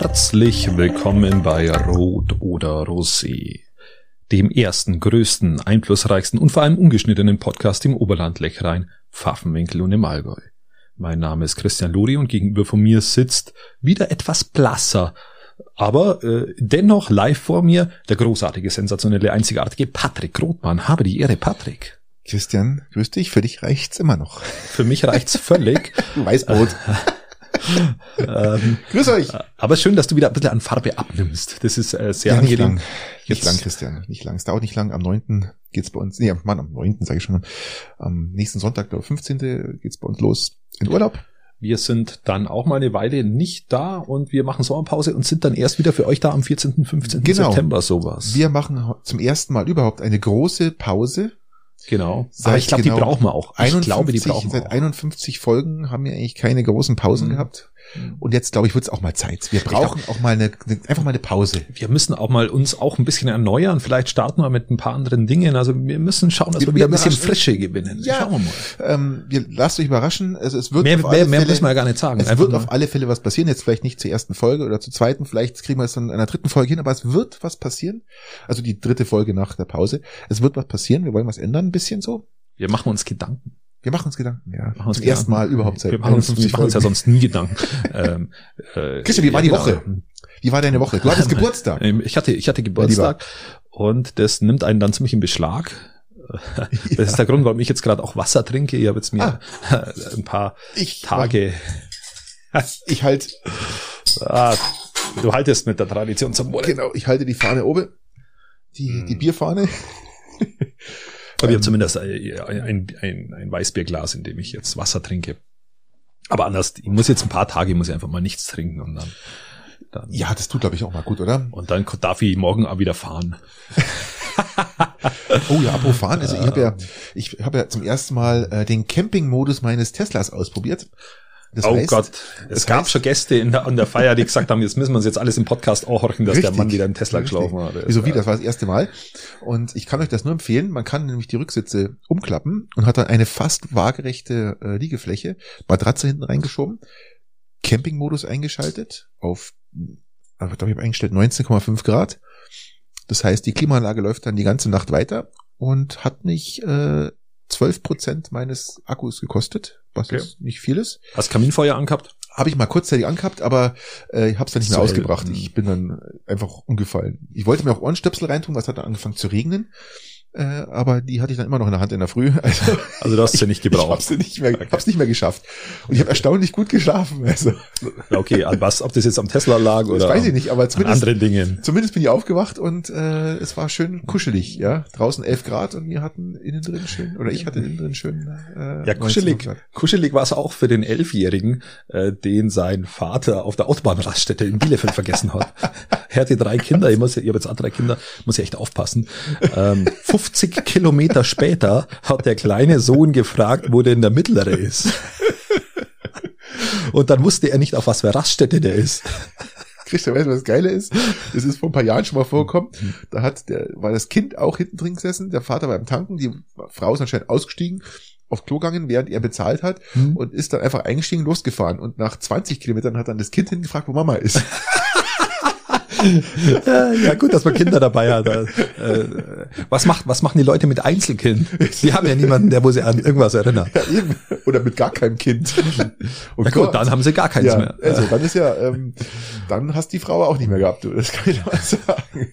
Herzlich willkommen bei Rot oder Rosé, dem ersten, größten, einflussreichsten und vor allem ungeschnittenen Podcast im Oberland, Lechrein, Pfaffenwinkel und im Allgäu. Mein Name ist Christian Luri und gegenüber von mir sitzt wieder etwas blasser, aber dennoch live vor mir der großartige, sensationelle, einzigartige Patrick Rothmann. Habe die Ehre, Patrick. Christian, grüß dich, für dich reicht's immer noch. Für mich reicht's völlig. Weißbrot. Grüß euch. Aber schön, dass du wieder ein bisschen an Farbe abnimmst. Das ist sehr ja, angenehm. Nicht lang, Christian. Nicht lang. Es dauert nicht lang. Am 9. geht's bei uns, am 9. sage ich schon. Am nächsten Sonntag, der 15. geht's bei uns los in Urlaub. Wir sind dann auch mal eine Weile nicht da und wir machen Sommerpause und sind dann erst wieder für euch da am 14., 15. September sowas. Wir machen zum ersten Mal überhaupt eine große Pause. Genau. Aber ich glaube, die brauchen wir auch. Ich glaube, die brauchen wir auch. Seit 51 Folgen haben wir eigentlich keine großen Pausen gehabt. Und jetzt, glaube ich, wird es auch mal Zeit. Wir brauchen auch mal einfach mal eine Pause. Wir müssen auch mal uns auch ein bisschen erneuern. Vielleicht starten wir mit ein paar anderen Dingen. Also wir müssen schauen, dass wir wieder ein bisschen Frische gewinnen. Ja, schauen wir mal. Lasst euch überraschen. Also es wird mehr müssen wir ja gar nicht sagen. Es wird auf alle Fälle was passieren. Jetzt vielleicht nicht zur ersten Folge oder zur zweiten. Vielleicht kriegen wir es dann in einer dritten Folge hin. Aber es wird was passieren. Also die dritte Folge nach der Pause. Es wird was passieren. Wir wollen was ändern, ein bisschen so. Wir machen uns Gedanken. Ja. Zum ersten Mal überhaupt seit 51 Wir machen uns ja sonst nie Gedanken. Christian, wie war die Woche? Wie war deine Woche? Du hattest Geburtstag. Ich hatte Geburtstag und das nimmt einen dann ziemlich in Beschlag. Das ist der Grund, warum ich jetzt gerade auch Wasser trinke. Ich habe jetzt mir ein paar Tage... Ich halte... Du haltest mit der Tradition zum Wohle. Genau, ich halte die Fahne oben. Die Bierfahne. Aber ich habe zumindest ein Weißbierglas, in dem ich jetzt Wasser trinke. Aber anders, ich muss jetzt ein paar Tage, einfach mal nichts trinken und dann. Ja, das tut, glaube ich, auch mal gut, oder? Und dann darf ich morgen auch wieder fahren. Oh ja, apropos fahren. Also ich habe ja zum ersten Mal den Camping-Modus meines Teslas ausprobiert. Das heißt, Gott, es gab schon Gäste an der Feier, die gesagt haben, jetzt müssen wir uns jetzt alles im Podcast auch horchen, dass richtig, der Mann wieder im Tesla geschlafen hat. Wieso wie? Das war das erste Mal. Und ich kann euch das nur empfehlen. Man kann nämlich die Rücksitze umklappen und hat dann eine fast waagerechte Liegefläche, Matratze hinten reingeschoben, Campingmodus eingeschaltet auf, da habe ich eingestellt 19,5 Grad. Das heißt, die Klimaanlage läuft dann die ganze Nacht weiter und hat nicht 12% meines Akkus gekostet, was jetzt nicht viel ist. Hast Kaminfeuer angehabt? Habe ich mal kurzzeitig angehabt, aber ich habe es dann nicht mehr ausgebracht. Ich bin dann einfach umgefallen. Ich wollte mir auch Ohrenstöpsel reintun, was hat dann angefangen zu regnen. Aber die hatte ich dann immer noch in der Hand in der Früh. Also du hast sie nicht gebraucht. Ich hab's nicht mehr geschafft. Und ich habe erstaunlich gut geschlafen. Also. Okay, an was? Ob das jetzt am Tesla lag oder das weiß ich nicht, aber zumindest an anderen Dingen. Zumindest bin ich aufgewacht und es war schön kuschelig. Ja, draußen 11 Grad und wir hatten innen drin schön, oder ich hatte innen drin schön. Ja, kuschelig war es auch für den 11-Jährigen, den sein Vater auf der Autobahnraststätte in Bielefeld vergessen hat. Er hatte 3 Kinder. Ich habe jetzt auch 3 Kinder. Muss ich echt aufpassen. 50 Kilometer später hat der kleine Sohn gefragt, wo denn der mittlere ist. Und dann wusste er nicht, auf was für Raststätte der ist. Christian, weißt du, was das Geile ist? Das ist vor ein paar Jahren schon mal vorgekommen. Da war das Kind auch hinten drin gesessen, der Vater war beim Tanken, die Frau ist anscheinend ausgestiegen, auf Klo gegangen, während er bezahlt hat und ist dann einfach eingestiegen, losgefahren. Und nach 20 Kilometern hat dann das Kind hinten gefragt, wo Mama ist. Ja, gut, dass man Kinder dabei hat. Was machen die Leute mit Einzelkind? Die haben ja niemanden, der wo sie an irgendwas erinnert. Ja, eben. Oder mit gar keinem Kind. Und na gut, dann haben sie gar keins mehr. Also dann ist ja, dann hast die Frau auch nicht mehr gehabt. Das kann ich mal sagen.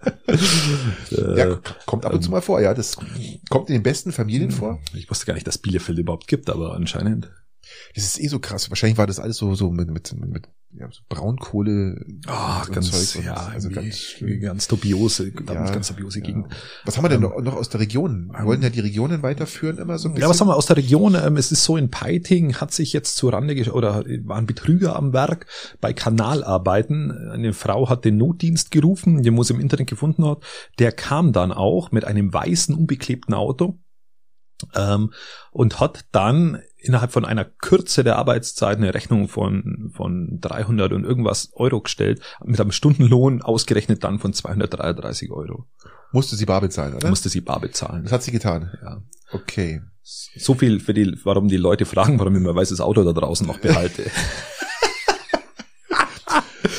Ja, kommt ab und zu mal vor. Ja, das kommt in den besten Familien vor. Ich wusste gar nicht, dass Bielefeld überhaupt gibt, aber anscheinend. Das ist so krass. Wahrscheinlich war das alles so mit so Braunkohle. Ganz dubiose, ganz dubiose Gegend. Was haben wir denn noch aus der Region? Wir wollen ja die Regionen weiterführen immer so ein bisschen. Ja, was haben wir aus der Region? Es ist so, in Peiting hat sich jetzt waren Betrüger am Werk bei Kanalarbeiten. Eine Frau hat den Notdienst gerufen, den man im Internet gefunden hat. Der kam dann auch mit einem weißen, unbeklebten Auto. Und hat dann innerhalb von einer Kürze der Arbeitszeit eine Rechnung von 300 und irgendwas Euro gestellt, mit einem Stundenlohn ausgerechnet dann von 233 Euro. Musste sie bar bezahlen, oder? Musste sie bar bezahlen. Das hat sie getan? Ja. Okay. So viel warum die Leute fragen, warum ich mein weißes Auto da draußen noch behalte.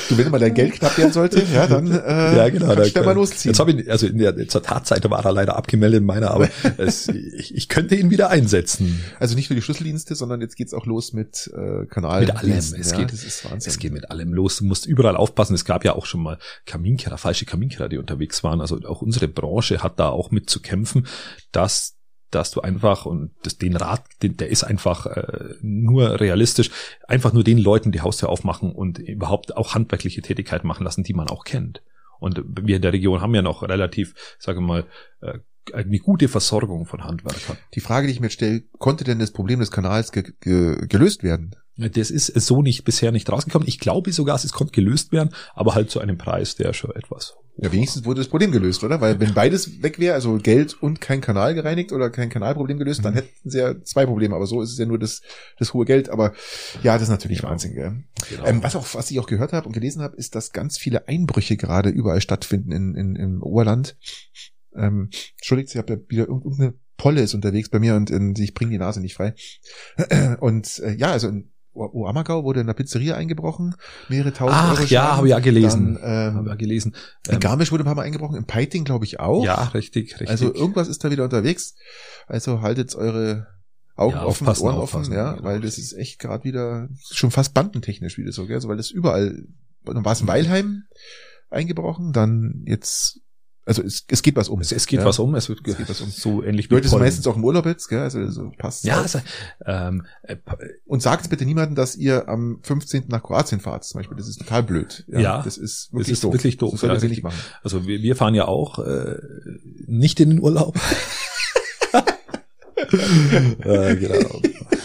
Du, wenn mal dein Geld knapp werden sollte, ja, dann ja, genau, kannst du mal losziehen. Jetzt habe ich, also zur Tatseite war er leider abgemeldet in meiner, aber ich könnte ihn wieder einsetzen. Also nicht nur die Schlüsseldienste, sondern jetzt geht's auch los mit Kanal. Mit allem. Das ist Wahnsinn. Es geht mit allem los. Du musst überall aufpassen. Es gab ja auch schon mal falsche Kaminkehrer, die unterwegs waren. Also auch unsere Branche hat da auch mit zu kämpfen, dass du einfach, und den Rat, der ist einfach nur realistisch, einfach nur den Leuten die Haustür aufmachen und überhaupt auch handwerkliche Tätigkeiten machen lassen, die man auch kennt. Und wir in der Region haben ja noch relativ, sage mal, eine gute Versorgung von Handwerkern. Die Frage, die ich mir jetzt stelle, konnte denn das Problem des Kanals gelöst werden? Das ist so bisher nicht rausgekommen. Ich glaube sogar, es konnte gelöst werden, aber halt zu einem Preis, der schon etwas. Ja, wenigstens wurde das Problem gelöst, oder? Weil wenn beides weg wäre, also Geld und kein Kanal gereinigt oder kein Kanalproblem gelöst, dann hätten sie ja zwei Probleme. Aber so ist es ja nur das hohe Geld. Aber ja, das ist natürlich Wahnsinn, gell? Genau. Was ich auch gehört habe und gelesen habe, ist, dass ganz viele Einbrüche gerade überall stattfinden im Oberland. Entschuldigt, ich habe ja wieder irgendeine Polle ist unterwegs bei mir und ich bringe die Nase nicht frei. Und also in Oberammergau wurde in der Pizzeria eingebrochen, mehrere tausend Euro. Ach ja, habe ich ja gelesen. In Garmisch wurde ein paar Mal eingebrochen, in Peiting glaube ich auch. Ja, richtig. Also irgendwas ist da wieder unterwegs. Also haltet eure Augen offen, Ohren offen, ja, genau, weil das ist echt gerade wieder schon fast bandentechnisch wieder so, gell? Also weil das überall, dann war es in Weilheim eingebrochen, dann jetzt. Also es geht was um. Es geht was um. Es geht was um. So ähnlich wie Leute sind meistens auch im Urlaub jetzt, gell? Also so passt. Ja. Und sagt bitte niemandem, dass ihr am 15. nach Kroatien fahrt, zum Beispiel. Das ist total blöd. Ja. Das ist wirklich doof. Das sollten Sie nicht machen. Also wir fahren ja auch nicht in den Urlaub. Genau.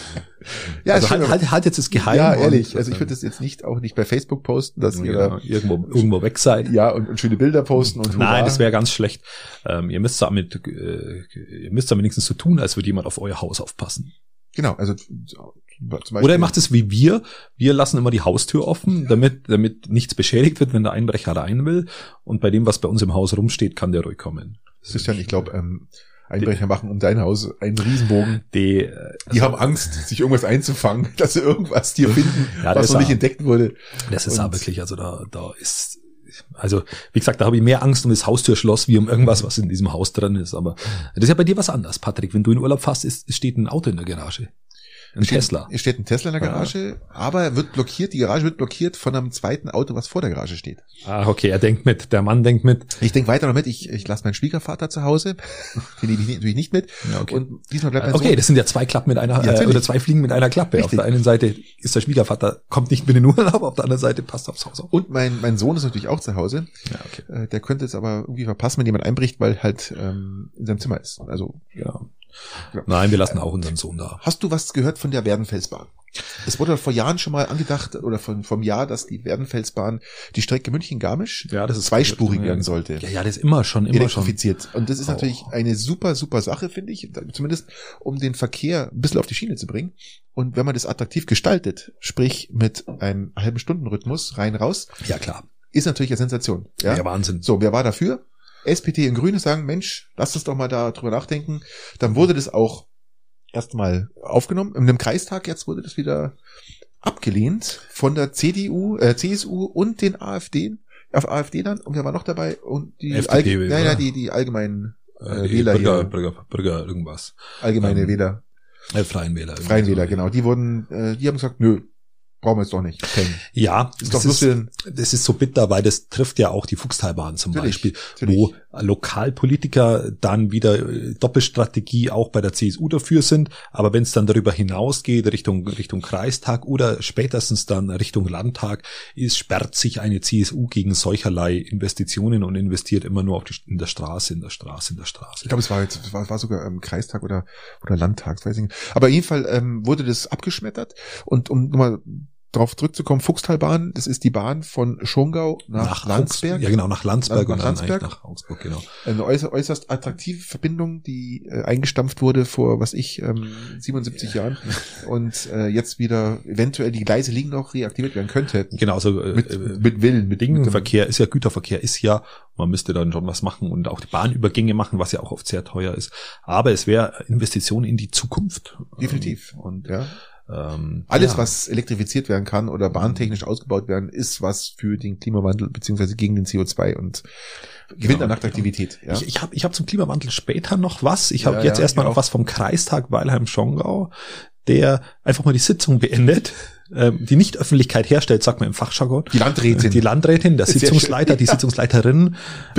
Ja, also halt jetzt das geheim. Ja, ehrlich. Also ich würde das jetzt nicht bei Facebook posten, dass ihr irgendwo weg seid. Ja, und schöne Bilder posten und nein, das wäre ganz schlecht. Ihr müsst damit wenigstens so tun, als würde jemand auf euer Haus aufpassen. Genau, also zum Beispiel. Oder ihr macht es wie wir. Wir lassen immer die Haustür offen, damit nichts beschädigt wird, wenn der Einbrecher rein will. Und bei dem, was bei uns im Haus rumsteht, kann der ruhig kommen. Christian, ich glaube, Einbrecher machen um dein Haus einen Riesenbogen. Die haben Angst, sich irgendwas einzufangen, dass sie irgendwas dir finden, was noch nicht entdeckt wurde. Das ist ja wirklich, also da ist, also wie gesagt, da habe ich mehr Angst um das Haustürschloss wie um irgendwas, was in diesem Haus drin ist. Aber das ist ja bei dir was anderes, Patrick. Wenn du in Urlaub fährst, steht ein Auto in der Garage. Tesla. Es steht ein Tesla in der Garage, aber die Garage wird blockiert von einem zweiten Auto, was vor der Garage steht. Ah, okay, der Mann denkt mit. Ich denke weiter noch mit, ich lasse meinen Schwiegervater zu Hause, den nehme ich natürlich nicht mit. Ja, okay. Und diesmal bleibt mein Sohn. Okay, das sind ja zwei Klappen mit einer, oder zwei Fliegen mit einer Klappe. Richtig. Auf der einen Seite ist der Schwiegervater, kommt nicht mit in den Urlaub, auf der anderen Seite passt aufs Haus auf. Und mein Sohn ist natürlich auch zu Hause. Ja, okay. Der könnte es aber irgendwie verpassen, wenn jemand einbricht, weil halt in seinem Zimmer ist. Also ja. Nein, wir lassen auch unseren Sohn da. Hast du was gehört von der Werdenfelsbahn? Es wurde vor Jahren schon mal angedacht, oder vom Jahr, dass die Werdenfelsbahn, die Strecke München-Garmisch, zweispurig werden sollte. Ja, das ist immer schon. Elektrifiziert. Und das ist natürlich eine super, super Sache, finde ich. Zumindest, um den Verkehr ein bisschen auf die Schiene zu bringen. Und wenn man das attraktiv gestaltet, sprich mit einem halben Stundenrhythmus rein, raus. Ja, klar. Ist natürlich eine Sensation. Ja, Wahnsinn. So, wer war dafür? SPD und Grüne sagen, Mensch, lass uns doch mal da drüber nachdenken. Dann wurde das auch erstmal aufgenommen. In einem Kreistag jetzt wurde das wieder abgelehnt von der CSU und den AfD dann. Und wer war noch dabei? Und die die allgemeinen Wähler Bürger irgendwas. Allgemeine Wähler. Freien Wähler. Freien Wähler, genau. Die haben gesagt, nö. Brauchen wir jetzt doch nicht. Ja, das ist so bitter, weil das trifft ja auch die Fuchstalbahn zum Beispiel, wo Lokalpolitiker dann wieder Doppelstrategie auch bei der CSU dafür sind. Aber wenn es dann darüber hinausgeht, Richtung Kreistag oder spätestens dann Richtung Landtag, sperrt sich eine CSU gegen solcherlei Investitionen und investiert immer nur in der Straße. Ich glaube, es war sogar Kreistag oder Landtag, weiß ich nicht. Aber auf jeden Fall wurde das abgeschmettert. Und um nochmal drauf zurückzukommen, Fuchstalbahn, das ist die Bahn von Schongau nach Landsberg. Ja, genau, nach Landsberg und dann nach Augsburg, genau. Eine äußerst attraktive Verbindung, die eingestampft wurde vor, 77 Jahren und jetzt wieder eventuell die Gleise liegen noch reaktiviert werden könnte. Genau, also mit Willen. Güterverkehr ist ja, man müsste dann schon was machen und auch die Bahnübergänge machen, was ja auch oft sehr teuer ist. Aber es wäre Investition in die Zukunft. Definitiv. Und Alles, was elektrifiziert werden kann oder bahntechnisch ausgebaut werden, ist was für den Klimawandel beziehungsweise gegen den CO2 und gewinnt an Attraktivität. Ja. Ich hab zum Klimawandel später noch was. Ich habe jetzt erstmal noch was vom Kreistag Weilheim-Schongau, der einfach mal die Sitzung beendet, die Nichtöffentlichkeit herstellt, sagt man im Fachjargon. Die Landrätin. Die Landrätin, der Sitzungsleiter, die Sitzungsleiterin.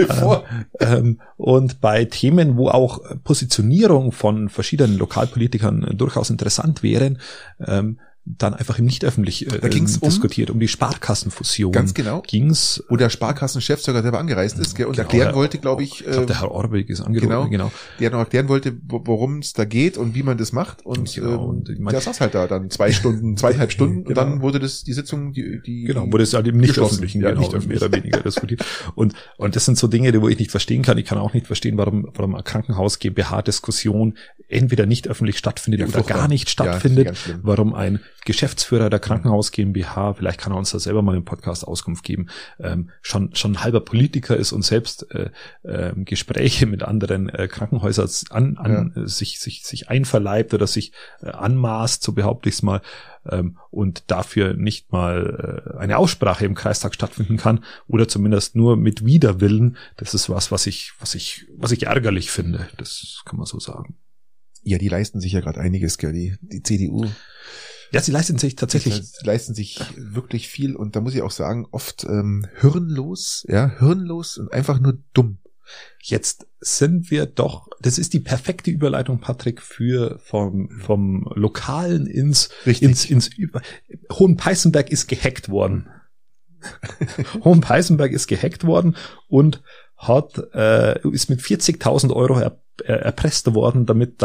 Und bei Themen, wo auch Positionierung von verschiedenen Lokalpolitikern durchaus interessant wären, dann einfach im Nicht-öffentlich diskutiert, um die Sparkassenfusion. Ganz genau. Ging's. Wo der Sparkassenchef sogar selber angereist ist, und erklären wollte, glaube ich. Ich glaube, der Herr Orbeck ist angerufen. Genau. Der noch erklären wollte, worum es da geht und wie man das macht. Und, der saß halt da dann 2,5 Stunden und dann wurde das, die Sitzung, wurde es halt im Nicht-öffentlichen, mehr oder weniger diskutiert. Und das sind so Dinge, wo ich nicht verstehen kann. Ich kann auch nicht verstehen, warum eine Krankenhaus GmbH-Diskussion entweder nicht öffentlich stattfindet oder gar nicht stattfindet. Warum ein Geschäftsführer der Krankenhaus GmbH, vielleicht kann er uns da selber mal im Podcast Auskunft geben, schon ein halber Politiker ist und selbst Gespräche mit anderen Krankenhäusern sich einverleibt oder sich anmaßt, so behaupte ich es mal, und dafür nicht mal eine Aussprache im Kreistag stattfinden kann oder zumindest nur mit Widerwillen. Das ist was ich ärgerlich finde. Das kann man so sagen. Ja, die leisten sich ja gerade einiges, gell, die CDU. Ja, sie leisten sich tatsächlich. Sie leisten sich wirklich viel und da muss ich auch sagen, oft hirnlos und einfach nur dumm. Jetzt sind wir doch, das ist die perfekte Überleitung, Patrick, vom Lokalen ins Hohenpeißenberg ist gehackt worden. Hohenpeißenberg ist gehackt worden und ist mit 40.000 Euro erpresst worden, damit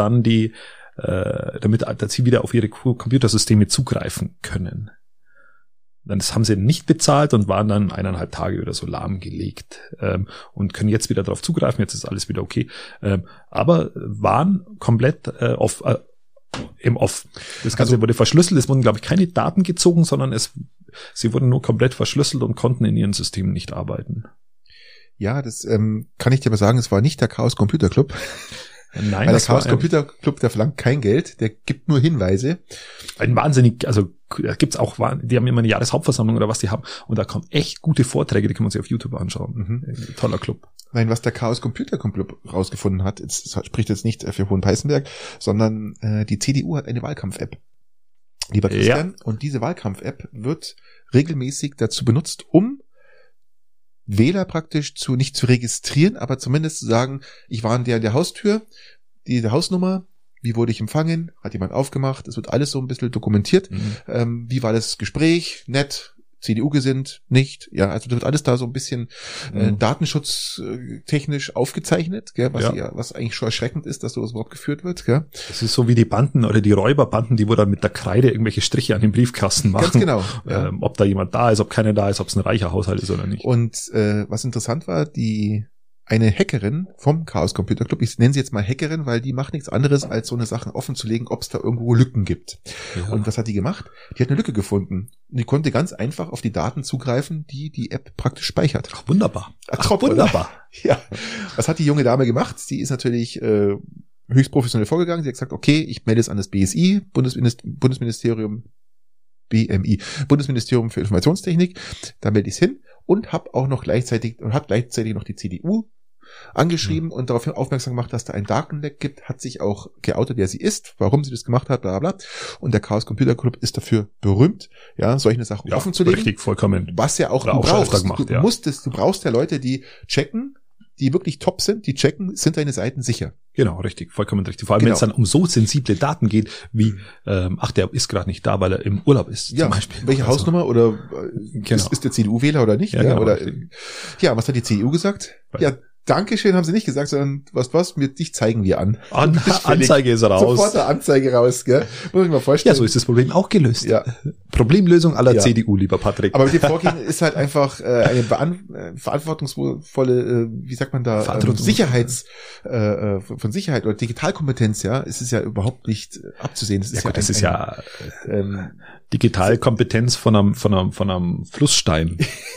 sie wieder auf ihre Computersysteme zugreifen können. Das haben sie nicht bezahlt und waren dann 1,5 Tage oder so lahmgelegt und können jetzt wieder darauf zugreifen. Jetzt ist alles wieder okay. Aber waren komplett im Off. Das Ganze wurde verschlüsselt. Es wurden, glaube ich, keine Daten gezogen, sondern sie wurden nur komplett verschlüsselt und konnten in ihren Systemen nicht arbeiten. Ja, das kann ich dir mal sagen, es war nicht der Chaos Computer Club. Nein, weil der Chaos Computer Club, der verlangt kein Geld, der gibt nur Hinweise. Ein wahnsinnig, also gibt's auch, die haben immer eine Jahreshauptversammlung oder was die haben und da kommen echt gute Vorträge, die kann man sich auf YouTube anschauen. Toller Club. Nein, was der Chaos Computer Club rausgefunden hat, spricht jetzt nicht für Hohenpeißenberg, sondern die CDU hat eine Wahlkampf-App. Lieber Christian, und diese Wahlkampf-App wird regelmäßig dazu benutzt, um Wähler praktisch nicht zu registrieren, aber zumindest zu sagen, ich war in der Haustür, die Hausnummer, wie wurde ich empfangen, hat jemand aufgemacht, es wird alles so ein bisschen dokumentiert, wie war das Gespräch, nett, CDU-gesinnt, nicht, ja, also da wird alles da so ein bisschen datenschutztechnisch aufgezeichnet, gell, was eigentlich schon erschreckend ist, dass sowas überhaupt geführt wird, gell. Das ist so wie die Banden oder die Räuberbanden, die wo dann mit der Kreide irgendwelche Striche an den Briefkasten machen. Ganz genau. Ja. Ob da jemand da ist, ob keiner da ist, ob es ein reicher Haushalt ist oder nicht. Und was interessant war, eine Hackerin vom Chaos Computer Club, ich nenne sie jetzt mal Hackerin, weil die macht nichts anderes, als so eine Sache offenzulegen, ob es da irgendwo Lücken gibt. Ja. Und was hat die gemacht? Die hat eine Lücke gefunden. Und die konnte ganz einfach auf die Daten zugreifen, die App praktisch speichert. Ach, wunderbar. Ach, wunderbar. Ja. Was hat die junge Dame gemacht? Sie ist natürlich höchst professionell vorgegangen. Sie hat gesagt, okay, ich melde es an das BSI, Bundesministerium für Informationstechnik. Da melde ich es hin und hat gleichzeitig noch die CDU angeschrieben und darauf aufmerksam gemacht, dass da ein Datenleck gibt, hat sich auch geoutet, wer sie ist, warum sie das gemacht hat, bla bla. Und der Chaos Computer Club ist dafür berühmt, ja, solche Sachen offen zu legen. Richtig, vollkommen. Was ja auch du brauchst. Du brauchst ja Leute, die checken, die wirklich top sind, die checken, sind deine Seiten sicher. Genau, richtig, vollkommen richtig. Vor allem, wenn es dann um so sensible Daten geht, wie, der ist gerade nicht da, weil er im Urlaub ist, zum Beispiel. Welche Hausnummer oder ist der CDU-Wähler oder nicht? Ja, oder was hat die CDU gesagt? Ja, Dankeschön haben sie nicht gesagt, sondern dich zeigen wir an. Anzeige ist raus. Sofort eine Anzeige raus, gell? Muss ich mal vorstellen. Ja, so ist das Problem auch gelöst. Ja. Problemlösung aller CDU, lieber Patrick. Aber mit dem Vorgehen ist halt einfach eine verantwortungsvolle, wie sagt man da, von Sicherheit oder Digitalkompetenz, ja, ist es ja überhaupt nicht abzusehen. Das ist Digitalkompetenz von einem Flussstein.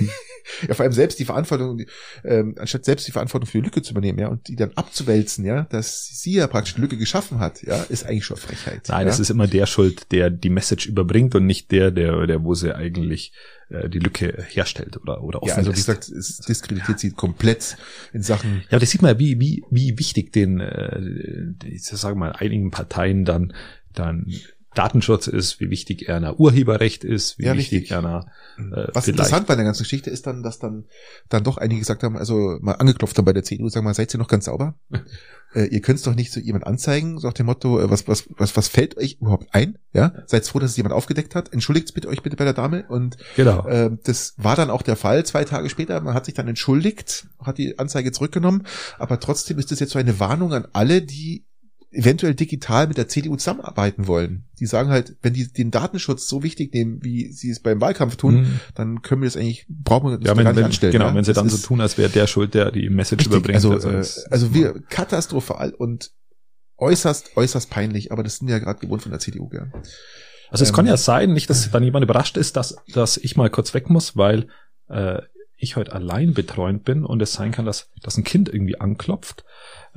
Ja, vor allem selbst die Verantwortung, anstatt selbst die Verantwortung für die Lücke zu übernehmen, ja, und die dann abzuwälzen, ja, dass sie ja praktisch die Lücke geschaffen hat, ja, ist eigentlich schon Frechheit. Nein, ja? es ist immer der schuld, der die Message überbringt und nicht der, wo sie eigentlich die Lücke herstellt oder offen ja, also wie lässt. gesagt, es diskreditiert sie komplett in Sachen. Ja, das sieht man, wie wichtig ich sage mal, einigen Parteien dann Datenschutz ist, wie wichtig einer Urheberrecht ist, wie wichtig einer was interessant bei der ganzen Geschichte ist dann, dass dann doch einige gesagt haben, also mal angeklopft haben bei der CDU, sagen mal, seid ihr noch ganz sauber? Ihr könnt's doch nicht so jemand anzeigen, so nach dem Motto, was fällt euch überhaupt ein? Ja, seid froh, dass es jemand aufgedeckt hat. Entschuldigt euch bitte bei der Dame. Und genau. Das war dann auch der Fall. 2 Tage später, man hat sich dann entschuldigt, hat die Anzeige zurückgenommen, aber trotzdem ist das jetzt so eine Warnung an alle, die eventuell digital mit der CDU zusammenarbeiten wollen. Die sagen halt, wenn die den Datenschutz so wichtig nehmen, wie sie es beim Wahlkampf tun, dann können wir das eigentlich, brauchen wir das gar nicht anstellen. Genau, ja? wenn sie dann so tun, als wäre der schuld, der die Message richtig, überbringt. Also wir katastrophal und äußerst peinlich, aber das sind wir ja gerade gewohnt von der CDU, gell? Also es kann ja sein, nicht, dass dann jemand überrascht ist, dass ich mal kurz weg muss, weil ich heute allein betreuend bin und es sein kann, dass ein Kind irgendwie anklopft.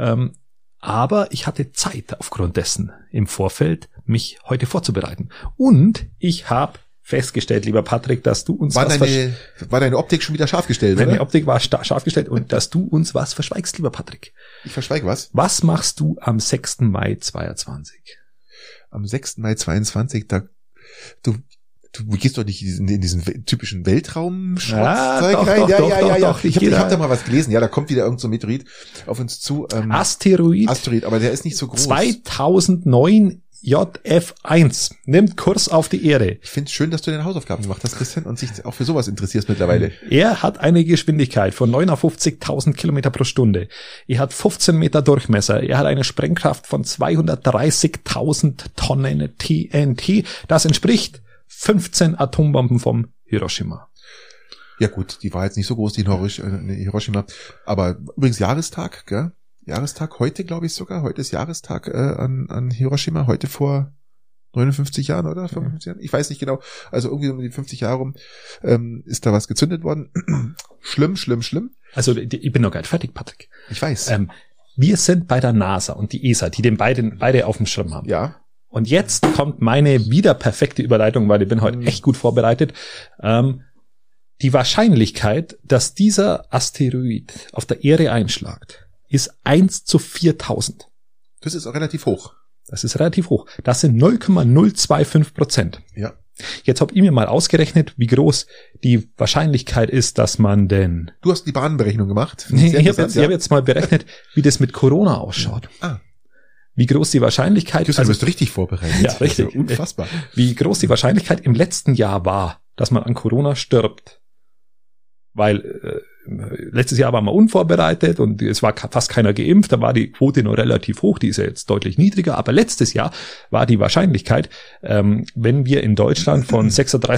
Aber ich hatte Zeit aufgrund dessen im Vorfeld, mich heute vorzubereiten. Und ich habe festgestellt, lieber Patrick, dass du uns war deine Optik schon wieder scharf gestellt, Meine oder? Optik war scharf gestellt und dass du uns was verschweigst, lieber Patrick. Ich verschweige was? Was machst du am 6. Mai 22? Am 6. Mai 22, du gehst doch nicht in diesen typischen Weltraumschmutzzeug rein. Doch. Ich hab da mal was gelesen. Ja, da kommt wieder irgend so ein Meteorit auf uns zu. Asteroid, aber der ist nicht so groß. 2009 JF1 nimmt Kurs auf die Erde. Ich finde es schön, dass du deine Hausaufgaben gemacht hast, Christian, und sich auch für sowas interessierst mittlerweile. Er hat eine Geschwindigkeit von 59.000 Kilometer pro Stunde. Er hat 15 Meter Durchmesser. Er hat eine Sprengkraft von 230.000 Tonnen TNT. Das entspricht 15 Atombomben vom Hiroshima. Ja gut, die war jetzt nicht so groß, die in Hiroshima. Aber übrigens Jahrestag, gell? Jahrestag heute, glaube ich sogar. Heute ist Jahrestag an Hiroshima. Heute vor 59 Jahren oder 55 Jahren? Ich weiß nicht genau. Also irgendwie um die 50 Jahre rum ist da was gezündet worden. Schlimm. Also ich bin noch gar nicht fertig, Patrick. Ich weiß. Wir sind bei der NASA und die ESA, die den beide auf dem Schirm haben. Ja. Und jetzt kommt meine wieder perfekte Überleitung, weil ich bin heute echt gut vorbereitet. Die Wahrscheinlichkeit, dass dieser Asteroid auf der Erde einschlagt, ist 1 zu 4.000. Das ist auch relativ hoch. Das ist relativ hoch. Das sind 0,025%. Ja. Jetzt habe ich mir mal ausgerechnet, wie groß die Wahrscheinlichkeit ist, dass man denn... Du hast die Bahnberechnung gemacht? Nee, ich habe jetzt mal berechnet, wie das mit Corona ausschaut. Wie groß die Wahrscheinlichkeit... Du bist richtig vorbereitet. Ja, richtig. Also unfassbar. Wie groß die Wahrscheinlichkeit im letzten Jahr war, dass man an Corona stirbt. Weil letztes Jahr waren wir unvorbereitet und es war fast keiner geimpft, da war die Quote noch relativ hoch, die ist ja jetzt deutlich niedriger, aber letztes Jahr war die Wahrscheinlichkeit, wenn wir in Deutschland von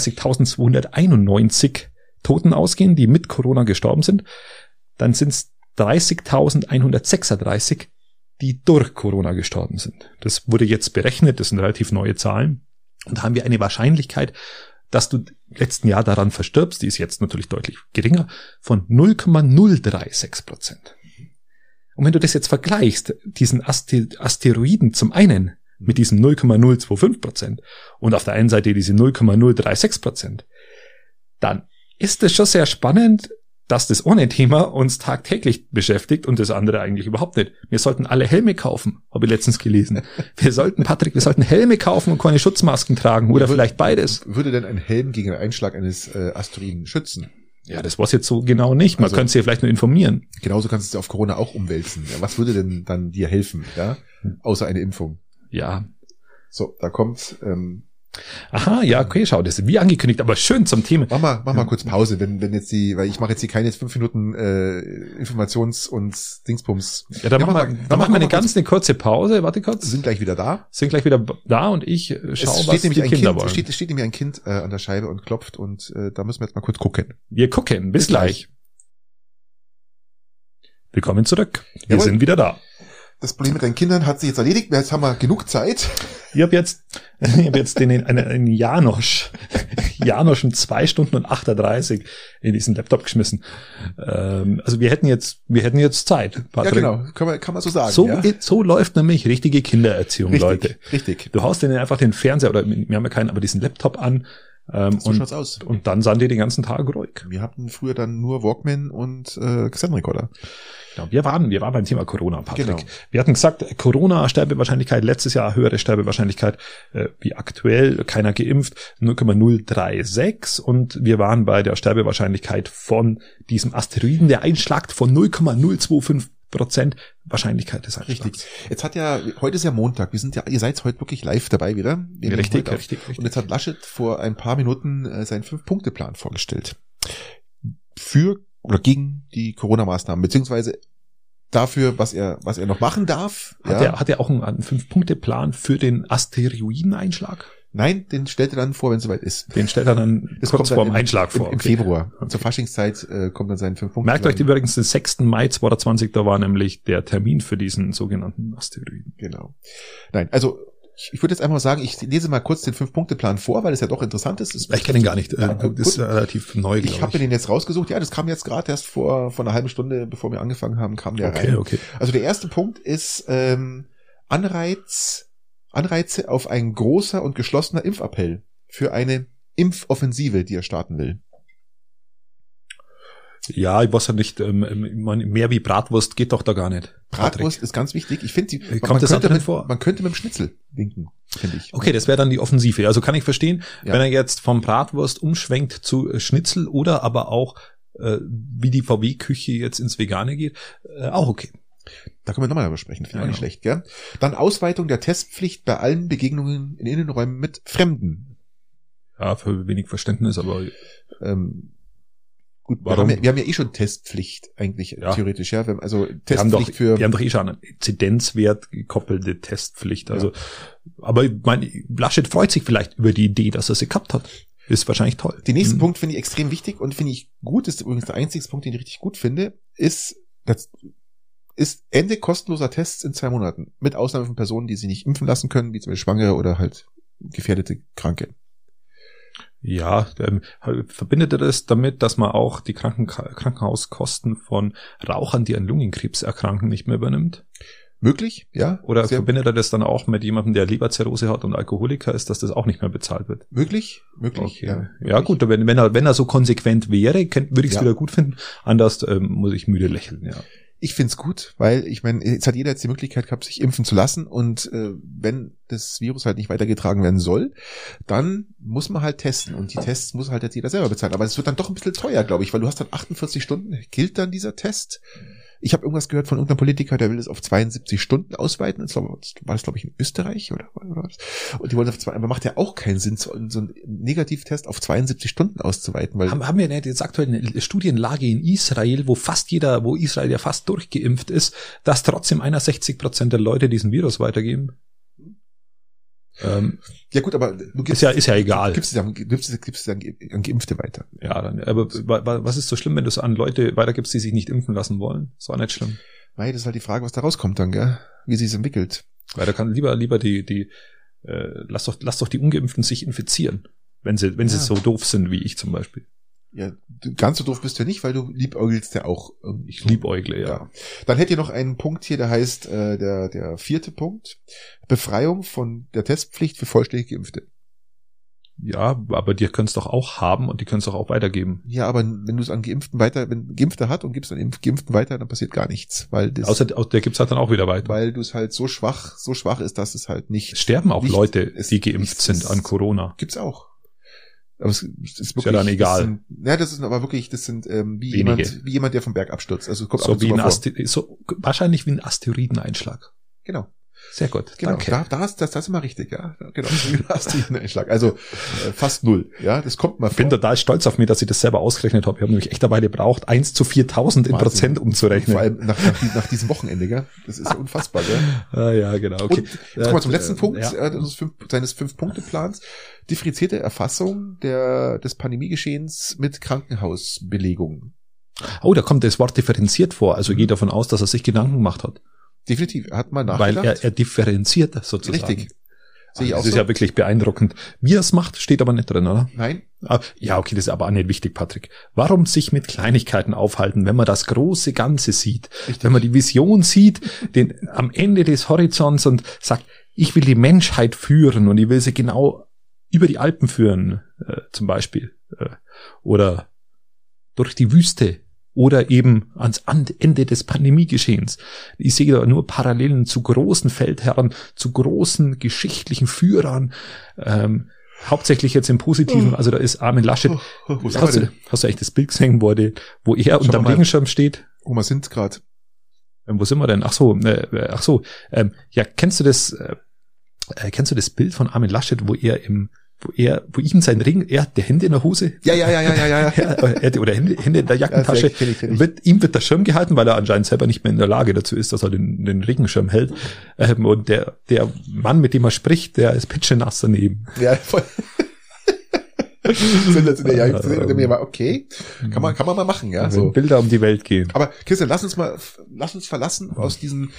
36.291 Toten ausgehen, die mit Corona gestorben sind, dann sind es 30.136, die durch Corona gestorben sind. Das wurde jetzt berechnet, das sind relativ neue Zahlen. Und da haben wir eine Wahrscheinlichkeit, dass du im letzten Jahr daran verstirbst, die ist jetzt natürlich deutlich geringer, von 0,036%. Und wenn du das jetzt vergleichst, diesen Asteroiden zum einen mit diesen 0,025% und auf der einen Seite diese 0,036%, dann ist es schon sehr spannend, dass das ohne Thema uns tagtäglich beschäftigt und das andere eigentlich überhaupt nicht. Wir sollten alle Helme kaufen, habe ich letztens gelesen. Wir sollten Helme kaufen und keine Schutzmasken tragen oder vielleicht beides. Würde denn ein Helm gegen den Einschlag eines Asteroiden schützen? Ja, das war's jetzt so genau nicht. Man könnte sich ja vielleicht nur informieren. Genauso kannst du es auf Corona auch umwälzen. Ja, was würde denn dann dir helfen, ja? Außer eine Impfung? Ja. So, da kommt... Aha, ja, okay, schau, das ist wie angekündigt, aber schön zum Thema. Mach mal kurz Pause, wenn jetzt weil ich mache jetzt hier keine 5 Minuten Informations- und Dingsbums. Ja, dann machen wir eine kurze Pause, warte kurz. Sind gleich wieder da und ich schaue, was die Kinder wollen. Es steht nämlich ein Kind an der Scheibe und klopft und da müssen wir jetzt mal kurz gucken. Wir gucken, bis gleich. Willkommen zurück. Wir sind wieder da. Das Problem mit deinen Kindern hat sich jetzt erledigt. Jetzt haben wir genug Zeit. Ich hab jetzt den Janosch. Jano schon 2 Stunden und 38 in diesen Laptop geschmissen. Also wir hätten jetzt Zeit, Patrick. Ja, genau, kann man so sagen. So läuft nämlich richtige Kindererziehung, richtig, Leute. Richtig. Du haust denen einfach den Fernseher, oder wir haben ja keinen, aber diesen Laptop an. So schaut's aus. Und dann sind die den ganzen Tag ruhig. Wir hatten früher dann nur Walkman und Kassettenrekorder. Genau, wir waren beim Thema Corona, Patrick. Genau. Wir hatten gesagt, Corona-Sterbewahrscheinlichkeit, letztes Jahr höhere Sterbewahrscheinlichkeit wie aktuell, keiner geimpft, 0,036 und wir waren bei der Sterbewahrscheinlichkeit von diesem Asteroiden, der einschlagt von 0,025% Wahrscheinlichkeit des Einschlags. Richtig. Jetzt heute ist ja Montag. Ihr seid heute wirklich live dabei wieder. Richtig. Und jetzt hat Laschet vor ein paar Minuten seinen 5-Punkte-Plan vorgestellt. Für oder gegen die Corona-Maßnahmen, beziehungsweise dafür, was er noch machen darf. Hat er auch einen 5-Punkte-Plan für den Asteroideneinschlag? Nein, den stellt er dann vor, wenn es soweit ist. Den stellt er dann kurz vor dem Einschlag vor. Im Februar. Okay. Zur Faschingszeit kommt dann sein 5-Punkte-Plan. Merkt euch übrigens, den 6. Mai 2020, da war nämlich der Termin für diesen sogenannten Asteroiden. Genau. Nein, also ich würde jetzt einfach mal sagen, ich lese mal kurz den 5-Punkte-Plan vor, weil es ja doch interessant ist. Ich kenne ihn gar nicht. Das ist relativ neu, glaube ich. Ich habe den jetzt rausgesucht. Ja, das kam jetzt gerade erst vor einer halben Stunde, bevor wir angefangen haben, kam der rein. Okay. Also der erste Punkt ist Anreize auf ein großer und geschlossener Impfappell für eine Impfoffensive, die er starten will. Ja, ich weiß ja nicht, mehr wie Bratwurst geht doch da gar nicht. Bratwurst ist ganz wichtig. Ich finde, man könnte mit dem Schnitzel winken, finde ich. Okay, das wäre dann die Offensive. Also kann ich verstehen, wenn er jetzt vom Bratwurst umschwenkt zu Schnitzel oder aber auch, wie die VW-Küche jetzt ins Vegane geht, auch okay. Da können wir nochmal darüber sprechen, finde ich auch nicht schlecht, gell? Dann Ausweitung der Testpflicht bei allen Begegnungen in Innenräumen mit Fremden. Ja, für wenig Verständnis, aber gut, wir haben ja eh schon Testpflicht eigentlich theoretisch, ja. Also Testpflicht wir haben doch eh schon einen Inzidenzwert gekoppelte Testpflicht. Also, aber ich meine, Laschet freut sich vielleicht über die Idee, dass er sie gehabt hat. Ist wahrscheinlich toll. Den nächsten Punkt finde ich extrem wichtig und finde ich gut, ist übrigens der einzige Punkt, den ich richtig gut finde, ist Ende kostenloser Tests in 2 Monaten. Mit Ausnahme von Personen, die sich nicht impfen lassen können, wie zum Beispiel Schwangere oder halt gefährdete Kranke. Ja, verbindet er das damit, dass man auch die Krankenhauskosten von Rauchern, die an Lungenkrebs erkranken, nicht mehr übernimmt? Möglich, ja. Oder verbindet er das dann auch mit jemandem, der Leberzirrhose hat und Alkoholiker ist, dass das auch nicht mehr bezahlt wird? Möglich, okay. Ja gut, wenn er so konsequent wäre, würde ich es wieder gut finden. Anders muss ich müde lächeln, ja. Ich find's gut, weil ich meine, jetzt hat jeder jetzt die Möglichkeit gehabt, sich impfen zu lassen und wenn das Virus halt nicht weitergetragen werden soll, dann muss man halt testen und die Tests muss halt jetzt jeder selber bezahlen. Aber es wird dann doch ein bisschen teuer, glaube ich, weil du hast dann 48 Stunden, gilt dann dieser Test. Ich habe irgendwas gehört von irgendeinem Politiker, der will es auf 72 Stunden ausweiten. War das, glaube ich, in Österreich oder was? Und die wollen aber macht ja auch keinen Sinn, so einen Negativtest auf 72 Stunden auszuweiten. Weil haben wir nicht jetzt aktuell eine Studienlage in Israel, wo Israel ja fast durchgeimpft ist, dass trotzdem 61% der Leute diesen Virus weitergeben? Ja gut, aber du gibst ist ja egal. Gibst es dann an Geimpfte weiter. Ja, dann, aber was ist so schlimm, wenn du es an Leute weitergibst, die sich nicht impfen lassen wollen? Ist auch nicht schlimm. Nein, das ist halt die Frage, was da rauskommt dann, gell? Wie sie es entwickelt. Weil da kann lieber lass doch die Ungeimpften sich infizieren, wenn sie so doof sind wie ich zum Beispiel. Ja, ganz so doof bist du ja nicht, weil du liebäugelst ja auch. Ich liebäugle, ja. Dann hätte ihr noch einen Punkt hier, der heißt, der 4. Punkt. Befreiung von der Testpflicht für vollständig Geimpfte. Ja, aber die können es doch auch haben und die können es doch auch weitergeben. Ja, aber wenn du es an Geimpften wenn Geimpfter hat und gibst an Geimpften weiter, dann passiert gar nichts, weil das. Außer der gibt's halt dann auch wieder weiter. Weil du es halt so schwach ist, dass es halt nicht. Es sterben auch Leute, die geimpft sind an Corona. Gibt's auch. Aber es ist wirklich. Ist ja dann egal. Das sind aber wirklich, wie jemand, der vom Berg abstürzt. Also es kommt so wie wahrscheinlich wie ein Asteroideneinschlag. Genau. Sehr gut. Genau. Danke. Das ist immer richtig, ja. Genau. Asteroideneinschlag. Also fast 0. Ja, das kommt mal vor. Ich bin total stolz auf mich, dass ich das selber ausgerechnet habe. Ich habe nämlich echt dabei gebraucht, 1:4000 in Prozent umzurechnen. Vor allem nach diesem Wochenende, gell? Das ist unfassbar, gell? Ja, genau. Okay. Und jetzt kommen wir zum letzten Punkt seines 5-Punkte-Plans. Differenzierte Erfassung des Pandemiegeschehens mit Krankenhausbelegungen. Oh, da kommt das Wort differenziert vor. Also geht davon aus, dass er sich Gedanken gemacht hat. Definitiv. Er hat mal nachgedacht. Weil er differenziert sozusagen. Richtig. Sehe ich auch Das ist so. ja wirklich beeindruckend. Wie er es macht, steht aber nicht drin, oder? Nein. Ja, okay, das ist aber auch nicht wichtig, Patrick. Warum sich mit Kleinigkeiten aufhalten, wenn man das große Ganze sieht? Richtig. Wenn man die Vision sieht, am Ende des Horizonts und sagt, ich will die Menschheit führen und ich will sie genau über die Alpen führen, zum Beispiel. Oder durch die Wüste. Oder eben ans Ende des Pandemiegeschehens. Ich sehe da nur Parallelen zu großen Feldherren, zu großen geschichtlichen Führern, hauptsächlich jetzt im Positiven. Also da ist Armin Laschet. Wo sind Hast wir du denn? eigentlich das Bild gesehen, wo er unterm mal. Regenschirm steht? Wo wir sind gerade. Wo sind wir denn? Ach so. Ja, kennst du das Bild von Armin Laschet, wo ihm sein Ring, er hat die Hände in der Hose. Ja. Oder Hände in der Jackentasche. Ja, kenn ich. Ihm wird der Schirm gehalten, weil er anscheinend selber nicht mehr in der Lage dazu ist, dass er den Regenschirm hält. Und der Mann, mit dem er spricht, der ist pitschenass daneben. Ja, voll. Okay, kann man mal machen, ja. Wenn So. Bilder um die Welt gehen. Aber Christian, lass uns verlassen aus diesen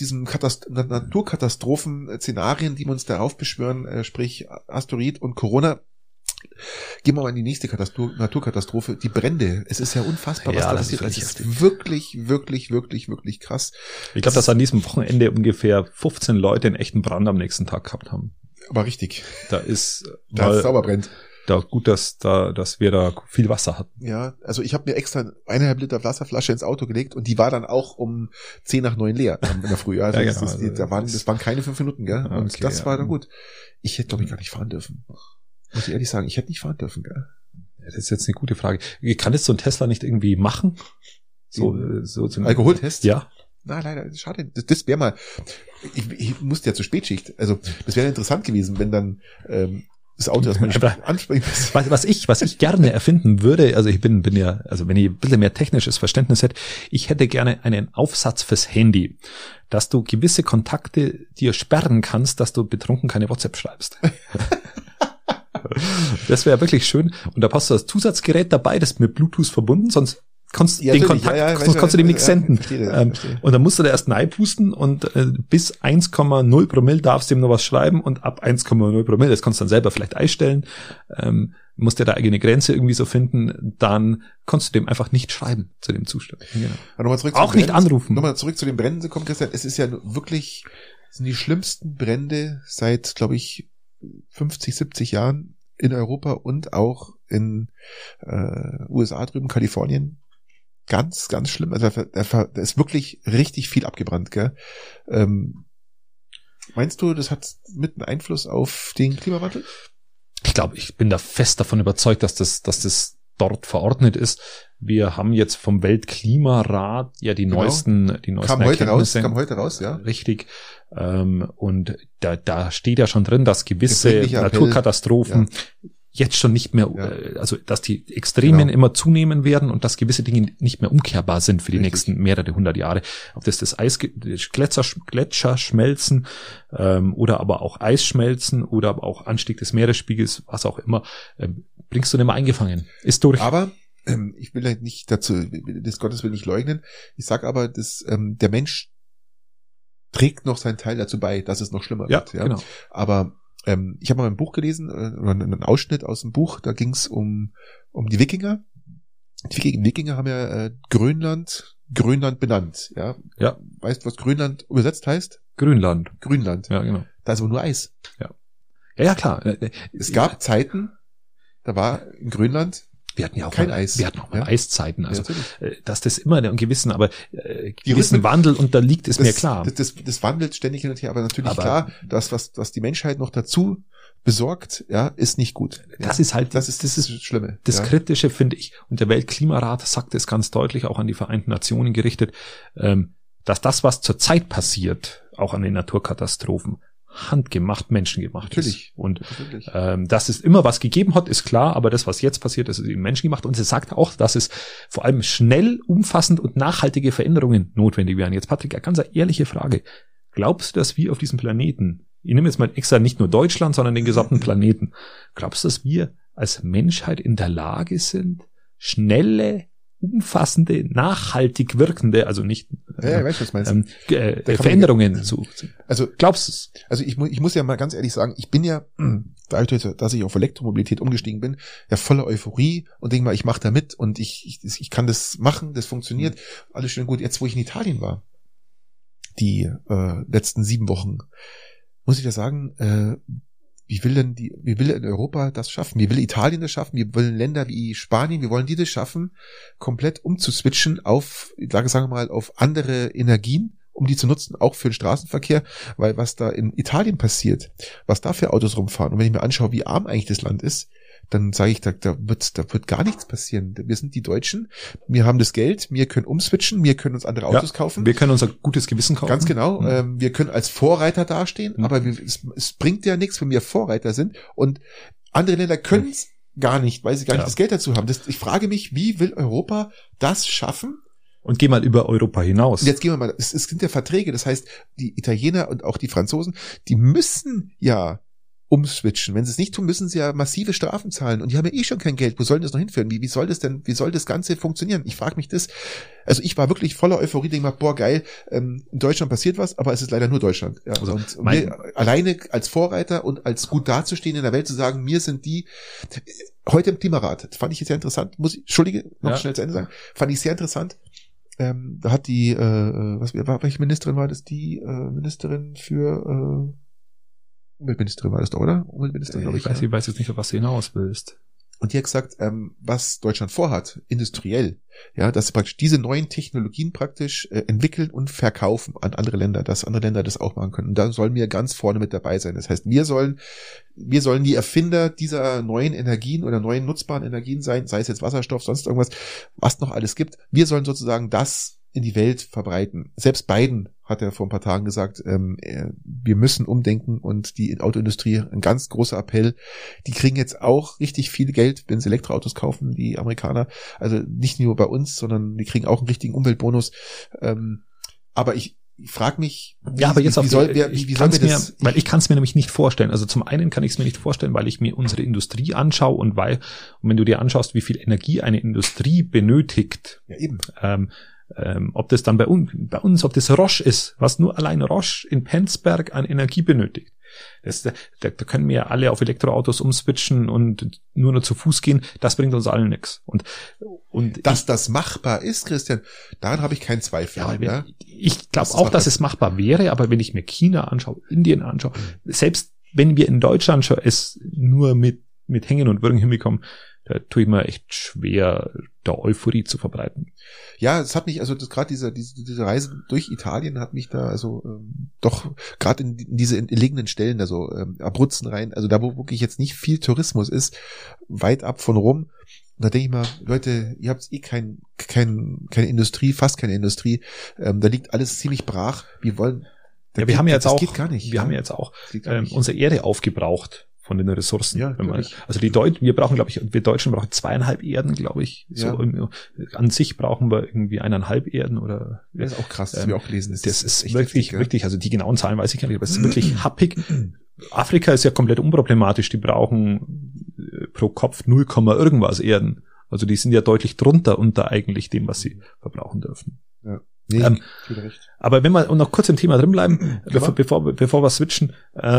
Naturkatastrophen-Szenarien, die wir uns darauf beschwören, sprich Asteroid und Corona. Gehen wir mal in die nächste Naturkatastrophe, die Brände. Es ist ja unfassbar, was Ja, da das passiert. ist Das ist wirklich krass. Ich glaube, dass an diesem Wochenende ungefähr 15 Leute einen echten Brand am nächsten Tag gehabt haben. Aber richtig. Da ist Da es sauber brennt. da gut, dass wir da viel Wasser hatten. Ja, also ich habe mir extra 1,5 Liter Wasserflasche ins Auto gelegt und die war dann auch um 8:50 leer in der Früh. Also Ja, genau. das waren keine 5 Minuten, gell? Und Okay, das ja. war dann gut. Ich hätte, glaube ich, gar nicht fahren dürfen. Muss ich ehrlich sagen, ich hätte nicht fahren dürfen, gell? Ja, das ist jetzt eine gute Frage. Kann das so ein Tesla nicht irgendwie machen? So zum Alkoholtest? Ja. Na, leider, schade. Das wäre mal, ich musste ja zur Spätschicht. Also, das wäre interessant gewesen, wenn dann das Auto erstmal nicht anspringt. Was ich gerne erfinden würde, also ich bin ja, also wenn ich ein bisschen mehr technisches Verständnis hätte, ich hätte gerne einen Aufsatz fürs Handy, dass du gewisse Kontakte dir sperren kannst, dass du betrunken keine WhatsApp schreibst. Das wäre wirklich schön. Und da passt du das Zusatzgerät dabei, das ist mit Bluetooth verbunden, sonst kannst du den Kontakt, sonst kannst du dem nichts senden. Verstehe. Und dann musst du da erst reinpusten und bis 1,0 Promille darfst du ihm noch was schreiben und ab 1,0 Promille, das kannst du dann selber vielleicht einstellen, musst dir da eigene Grenze irgendwie so finden, dann kannst du dem einfach nicht schreiben zu dem Zustand. Genau. Nochmal zurück Auch nicht anrufen. Nochmal zurück zu den Bränden zu kommen, Christian. Es ist ja wirklich, sind die schlimmsten Brände seit, glaube ich, 50, 70 Jahren in Europa und auch in USA drüben, Kalifornien. Ganz, ganz schlimm. Also da ist wirklich richtig viel abgebrannt, gell? Meinst du, das hat mit einem Einfluss auf den Klimawandel? Ich glaube, ich bin da fest davon überzeugt, dass das dort verordnet ist. Wir haben jetzt vom Weltklimarat ja die neuesten Kam heute Erkenntnisse. raus, ja. Richtig. Und da steht ja schon drin, dass gewisse Friedlicher Naturkatastrophen jetzt schon nicht mehr, also dass die Extremen immer zunehmen werden und dass gewisse Dinge nicht mehr umkehrbar sind für die nächsten mehrere 100 Jahre. Ob das Gletscher schmelzen oder aber auch Eisschmelzen oder aber auch Anstieg des Meeresspiegels, was auch immer, bringst du nicht mehr eingefangen. Ist durch. Aber ich will halt nicht dazu, des Gottes will nicht leugnen. Ich sag aber, dass der Mensch trägt noch seinen Teil dazu bei, dass es noch schlimmer wird. Ja, genau. Aber ich habe mal ein Buch gelesen, oder einen Ausschnitt aus dem Buch, da ging es um die Wikinger. Die Wikinger haben ja Grönland benannt. Ja. Weißt du, was Grönland übersetzt heißt? Grönland. Ja, genau. Da ist aber nur Eis. Ja, klar. Es gab Zeiten, da war in Grönland wir hatten ja auch kein mal Eis. Wir hatten auch mal Eiszeiten. Also, natürlich. dass das immer einen gewissen Wandel unterliegt, ist mir klar. Das wandelt ständig hin und her, aber natürlich klar, was die Menschheit noch dazu besorgt, ja, ist nicht gut. Das ist halt, das ist das Schlimme. Das Kritische, finde ich. Und der Weltklimarat sagt es ganz deutlich, auch an die Vereinten Nationen gerichtet, dass das, was zurzeit passiert, auch an den Naturkatastrophen, handgemacht, menschengemacht natürlich. Ist. Und dass es immer was gegeben hat, ist klar, aber das, was jetzt passiert, das ist eben menschengemacht. Und sie sagt auch, dass es vor allem schnell, umfassend und nachhaltige Veränderungen notwendig wären. Jetzt, Patrick, eine ganz ehrliche Frage. Glaubst du, dass wir auf diesem Planeten, ich nehme jetzt mal extra nicht nur Deutschland, sondern den gesamten Planeten, glaubst du, dass wir als Menschheit in der Lage sind, schnelle, umfassende, nachhaltig wirkende, also nicht ja, ich weiß, was meinst du. Veränderungen zu. Also glaubst du es? Also ich muss ja mal ganz ehrlich sagen, ich bin ja, dadurch, dass ich auf Elektromobilität umgestiegen bin, ja voller Euphorie und denke mal, ich mache da mit und ich kann das machen, das funktioniert, alles schön gut. Jetzt, wo ich in Italien war, die letzten 7 Wochen, muss ich da sagen, wie will in Europa das schaffen? Wie will Italien das schaffen? Wie wollen Länder wie Spanien, wie wollen die das schaffen, komplett umzuswitchen auf, sagen wir mal, auf andere Energien, um die zu nutzen, auch für den Straßenverkehr, weil was da in Italien passiert, was da für Autos rumfahren, und wenn ich mir anschaue, wie arm eigentlich das Land ist, dann sage ich, da wird gar nichts passieren. Wir sind die Deutschen, wir haben das Geld, wir können umswitchen, wir können uns andere Autos kaufen. Wir können unser gutes Gewissen kaufen. Ganz genau, wir können als Vorreiter dastehen, aber es bringt ja nichts, wenn wir Vorreiter sind, und andere Länder können es gar nicht, weil sie gar nicht das Geld dazu haben. Ich frage mich, wie will Europa das schaffen? Und geh mal über Europa hinaus. Und jetzt gehen wir mal, es sind ja Verträge, das heißt, die Italiener und auch die Franzosen, die müssen ja umswitchen. Wenn sie es nicht tun, müssen sie ja massive Strafen zahlen. Und die haben ja eh schon kein Geld. Wo soll das noch hinführen? Wie soll das Ganze funktionieren? Ich frage mich das. Also ich war wirklich voller Euphorie, denke mal, boah, geil, in Deutschland passiert was, aber es ist leider nur Deutschland. Ja, also und wir alleine als Vorreiter und als gut dazustehen in der Welt zu sagen, wir sind die, heute im Klimarat, das fand ich jetzt sehr interessant, Entschuldige, noch schnell zu Ende sagen, fand ich sehr interessant. Da hat die, welche Ministerin war das? Die Ministerin für Umweltministerin war das doch, oder? Umweltministerin, glaube ich. Ich weiß jetzt nicht, auf was du hinaus willst. Und die hat gesagt, was Deutschland vorhat, industriell, ja, dass sie praktisch diese neuen Technologien praktisch entwickeln und verkaufen an andere Länder, dass andere Länder das auch machen können. Und da sollen wir ganz vorne mit dabei sein. Das heißt, wir sollen die Erfinder dieser neuen Energien oder neuen nutzbaren Energien sein, sei es jetzt Wasserstoff, sonst irgendwas, was noch alles gibt. Wir sollen sozusagen das in die Welt verbreiten. Selbst Biden hat ja vor ein paar Tagen gesagt, wir müssen umdenken, und die Autoindustrie, ein ganz großer Appell, die kriegen jetzt auch richtig viel Geld, wenn sie Elektroautos kaufen, die Amerikaner, also nicht nur bei uns, sondern die kriegen auch einen richtigen Umweltbonus. Aber ich frage mich, weil ich kann es mir nämlich nicht vorstellen. Also zum einen kann ich es mir nicht vorstellen, weil ich mir unsere Industrie anschaue und wenn du dir anschaust, wie viel Energie eine Industrie benötigt, ja eben. Ob das dann bei uns, ob das Roche ist, was nur allein Roche in Penzberg an Energie benötigt. Da können wir alle auf Elektroautos umswitchen und nur noch zu Fuß gehen. Das bringt uns allen nichts. Und dass das machbar ist, Christian, daran habe ich keinen Zweifel. Ja, ich glaube auch, dass es machbar wäre, aber wenn ich mir China anschaue, Indien anschaue, selbst wenn wir in Deutschland schon es nur mit Hängen und Würgen hinbekommen, da tue ich mir echt schwer, da Euphorie zu verbreiten. Ja, es hat mich, also gerade diese Reise durch Italien hat mich da doch gerade in diese entlegenen Stellen, also Abruzzen rein, also da, wo wirklich jetzt nicht viel Tourismus ist, weit ab von Rom. Und da denke ich mal, Leute, ihr habt keine Industrie, fast keine Industrie, da liegt alles ziemlich brach. Wir haben ja jetzt auch unsere Erde aufgebraucht von den Ressourcen. Ja, also wir Deutschen brauchen 2,5 Erden, glaube ich. Ja. So, an sich brauchen wir irgendwie 1,5 Erden oder. Das ist auch krass, das wir auch gelesen. Das ist echt wirklich, also die genauen Zahlen weiß ich gar nicht, aber es ist wirklich happig. Afrika ist ja komplett unproblematisch. Die brauchen pro Kopf 0, irgendwas Erden. Also die sind ja deutlich drunter unter eigentlich dem, was sie verbrauchen dürfen. Ja. Nee, aber wenn wir noch kurz im Thema drin bleiben, bevor wir switchen,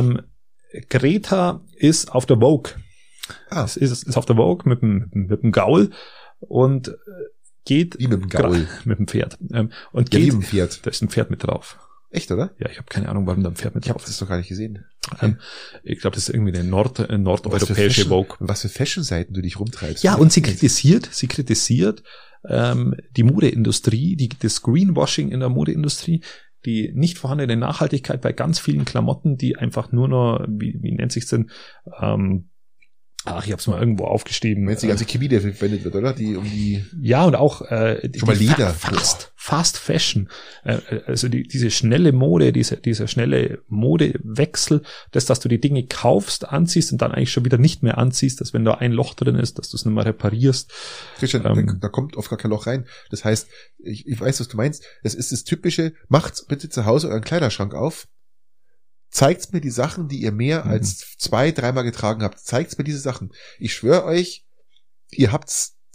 Greta ist auf der Vogue. Ist auf der Vogue mit dem Gaul und geht wie mit dem Gaul mit dem Pferd und geht wie mit dem Pferd. Da ist ein Pferd mit drauf. Echt, oder? Ja, ich habe keine Ahnung, warum da ein Pferd mit drauf ist. Ich habe das doch gar nicht gesehen. Okay. Ich glaube, das ist irgendwie eine nordeuropäische Vogue. Was für Fashion-Seiten du dich rumtreibst. Ja, und sie kritisiert die Modeindustrie, das Greenwashing in der Modeindustrie, die nicht vorhandene Nachhaltigkeit bei ganz vielen Klamotten, die einfach nur noch, wie nennt sich's denn, ich hab's mal irgendwo aufgeschrieben. Wenn jetzt die ganze Chemie, die verwendet wird, oder? Ja, und auch schon mal Leder. Fast Fashion. Also diese schnelle Mode, dieser schnelle Modewechsel, dass du die Dinge kaufst, anziehst und dann eigentlich schon wieder nicht mehr anziehst, dass wenn da ein Loch drin ist, dass du es nicht mehr reparierst. Christian, da kommt oft gar kein Loch rein. Das heißt, ich weiß, was du meinst. Das ist das Typische, macht bitte zu Hause euren Kleiderschrank auf. Zeigt mir die Sachen, die ihr mehr als 2-3 Mal getragen habt. Zeigt mir diese Sachen. Ich schwöre euch, ihr habt's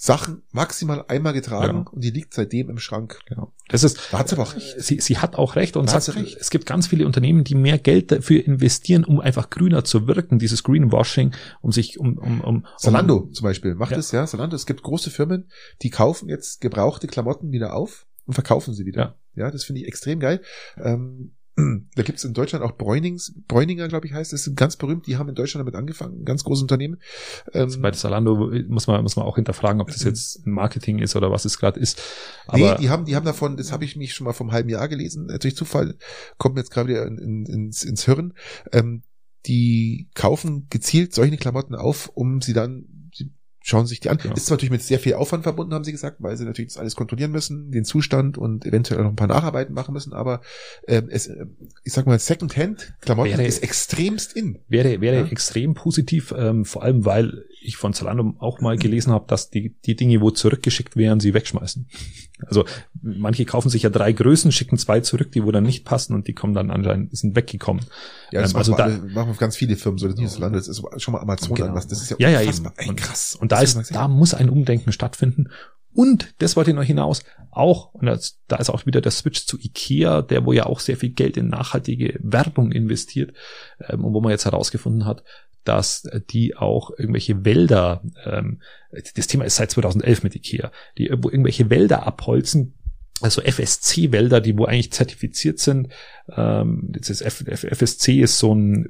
Sachen maximal einmal getragen und die liegt seitdem im Schrank. Genau. Da hat sie aber auch recht. Sie hat auch recht und sagt, es gibt ganz viele Unternehmen, die mehr Geld dafür investieren, um einfach grüner zu wirken, dieses Greenwashing, um sich Zalando zum Beispiel macht es, ja. Zalando, es gibt große Firmen, die kaufen jetzt gebrauchte Klamotten wieder auf und verkaufen sie wieder. Ja, das finde ich extrem geil. Da gibt's in Deutschland auch Bräuninger, glaube ich, heißt es, sind ganz berühmt, die haben in Deutschland damit angefangen, ein ganz großes Unternehmen. Also bei Zalando muss man auch hinterfragen, ob das jetzt Marketing ist oder was es gerade ist. Aber die haben davon, das habe ich mich schon mal vom halben Jahr gelesen, durch Zufall, kommt mir jetzt gerade wieder ins Hirn, die kaufen gezielt solche Klamotten auf, um sie schauen sich die an. Ist zwar natürlich mit sehr viel Aufwand verbunden, haben sie gesagt, weil sie natürlich das alles kontrollieren müssen, den Zustand und eventuell noch ein paar Nacharbeiten machen müssen, aber ich sag mal, Secondhand-Klamotten ist extremst in. Wäre extrem positiv, vor allem, weil ich von Zalando auch mal gelesen habe, dass die Dinge, wo zurückgeschickt werden, sie wegschmeißen. Also manche kaufen sich ja 3 Größen, schicken 2 zurück, die wo dann nicht passen und die kommen dann anscheinend, sind weggekommen. Ja, das machen ganz viele Firmen so, das ist Zalando, das ist schon mal Amazon an, das ist ja unfassbar krass. Und da muss ein Umdenken stattfinden. Und das wollte ich noch hinaus, auch, und da ist auch wieder der Switch zu IKEA, der wo ja auch sehr viel Geld in nachhaltige Werbung investiert, und wo man jetzt herausgefunden hat, dass die auch irgendwelche Wälder, das Thema ist seit 2011 mit IKEA, die wo irgendwelche Wälder abholzen, also FSC-Wälder, die wo eigentlich zertifiziert sind. Das ist FSC ist so ein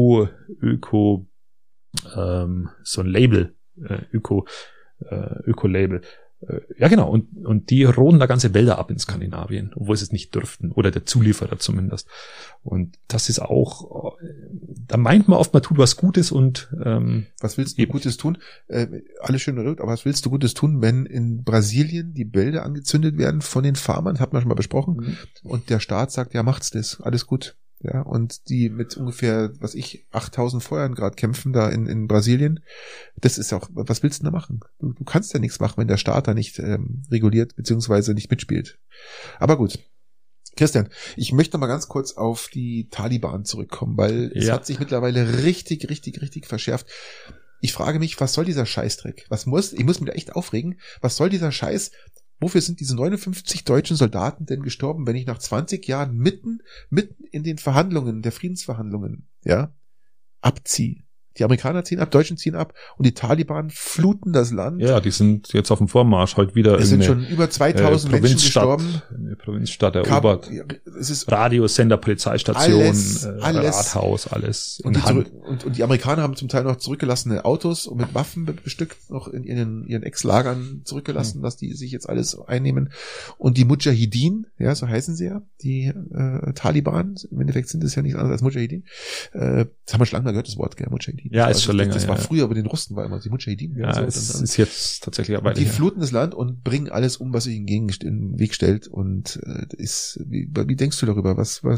so ein Label, Öko-Label. Ja, genau. Und die roden da ganze Wälder ab in Skandinavien, obwohl sie es nicht dürften. Oder der Zulieferer zumindest. Und das ist auch, da meint man oft, man tut was Gutes und was willst du Gutes tun? Alles schön und gut, aber was willst du Gutes tun, wenn in Brasilien die Wälder angezündet werden von den Farmern? Hat man schon mal besprochen. Und der Staat sagt, ja, macht's das. Alles gut. Ja, und die mit ungefähr, 8.000 Feuern gerade kämpfen da in Brasilien. Das ist ja auch, was willst du da machen? Du kannst ja nichts machen, wenn der Staat da nicht reguliert, beziehungsweise nicht mitspielt. Aber gut. Christian, ich möchte mal ganz kurz auf die Taliban zurückkommen, weil es hat sich mittlerweile richtig verschärft. Ich frage mich, was soll dieser Scheißdreck? Ich muss mich da echt aufregen. Was soll dieser Scheiß? Wofür sind diese 59 deutschen Soldaten denn gestorben, wenn ich nach 20 Jahren mitten in den Verhandlungen, der Friedensverhandlungen, abziehe? Die Amerikaner ziehen ab, Deutschen ziehen ab und die Taliban fluten das Land. Ja, die sind jetzt auf dem Vormarsch heute wieder. Es sind schon über 2000 Menschen gestorben. Eine Provinzstadt erobert. Es ist Radiosender, Polizeistation, alles, Rathaus, alles in Hand. Und die Amerikaner haben zum Teil noch zurückgelassene Autos und mit Waffen bestückt noch in ihren Ex-Lagern zurückgelassen, dass die sich jetzt alles einnehmen. Und die Mujahideen, ja, so heißen sie ja, die Taliban, im Endeffekt sind es ja nichts anderes als Mujahideen. Das haben wir schon lange mal gehört, das Wort, gell, Mujahideen. Ja, ist schon länger. Das war früher, aber den Russen war immer die Mujahideen. Ja, es ist jetzt tatsächlich aber die fluten das Land und bringen alles um, was sich in den Weg stellt. Und wie denkst du darüber?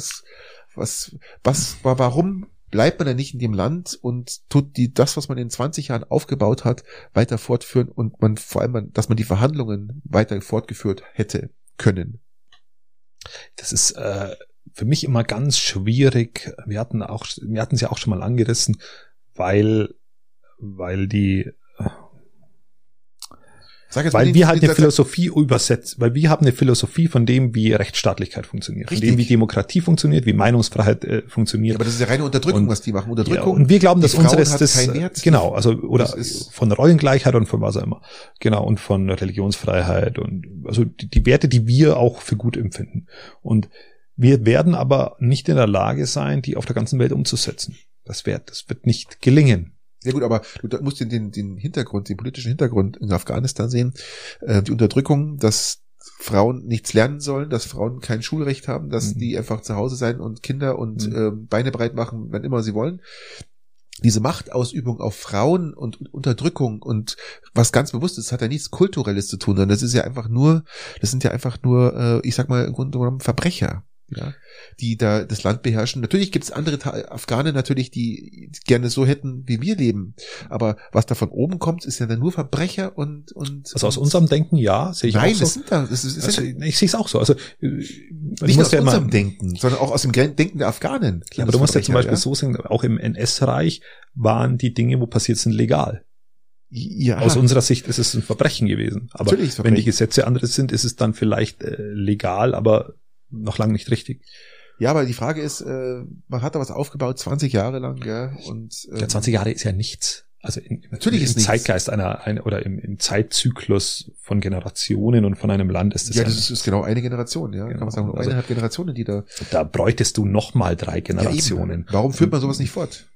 Warum bleibt man denn nicht in dem Land und tut das, was man in 20 Jahren aufgebaut hat, weiter fortführen und dass man die Verhandlungen weiter fortgeführt hätte können? Das ist für mich immer ganz schwierig. Wir hatten es ja auch schon mal angerissen, weil wir halt eine Philosophie weil wir haben eine Philosophie von dem, wie Rechtsstaatlichkeit funktioniert, von dem, wie Demokratie funktioniert, wie Meinungsfreiheit funktioniert. Ja, aber das ist ja reine Unterdrückung, was die machen. Unterdrückung. Ja, und wir glauben, dass unseres keinen Wert. Genau, also oder von Rollengleichheit und von was auch immer. Genau, und von Religionsfreiheit und also die Werte, die wir auch für gut empfinden. Und wir werden aber nicht in der Lage sein, die auf der ganzen Welt umzusetzen. Das wird nicht gelingen. Ja gut, aber du musst den Hintergrund, den politischen Hintergrund in Afghanistan sehen. Die Unterdrückung, dass Frauen nichts lernen sollen, dass Frauen kein Schulrecht haben, dass die einfach zu Hause sein und Kinder und Beine breit machen, wann immer sie wollen. Diese Machtausübung auf Frauen und Unterdrückung und was ganz bewusst ist, hat ja nichts Kulturelles zu tun, sondern das sind ja einfach nur, ich sag mal, im Grunde genommen Verbrecher. Ja, die da das Land beherrschen. Natürlich gibt es andere Afghanen natürlich, die gerne so hätten, wie wir leben. Aber was da von oben kommt, ist ja dann nur Verbrecher und also aus unserem Denken, ja, sehe ich auch so. Ich sehe es auch so. Also nicht aus unserem Denken, sondern auch aus dem Denken der Afghanen. Aber du musst ja zum Beispiel so sehen, auch im NS-Reich waren die Dinge, wo passiert sind, legal. Ja. Aus unserer Sicht ist es ein Verbrechen gewesen. Aber Natürlich wenn die Gesetze andere sind, ist es dann vielleicht legal, aber noch lange nicht richtig. Ja, aber die Frage ist, man hat da was aufgebaut, 20 Jahre lang, ja, und 20 Jahre ist ja nichts. Also natürlich im ist nichts. Zeitgeist oder im Zeitzyklus von Generationen und von einem Land ist das ja, das ist genau eine Generation, ja, genau. Kann man sagen, also, 1,5 Generationen, die da. Da bräuchtest du noch mal 3 Generationen. Ja, warum führt man sowas nicht fort?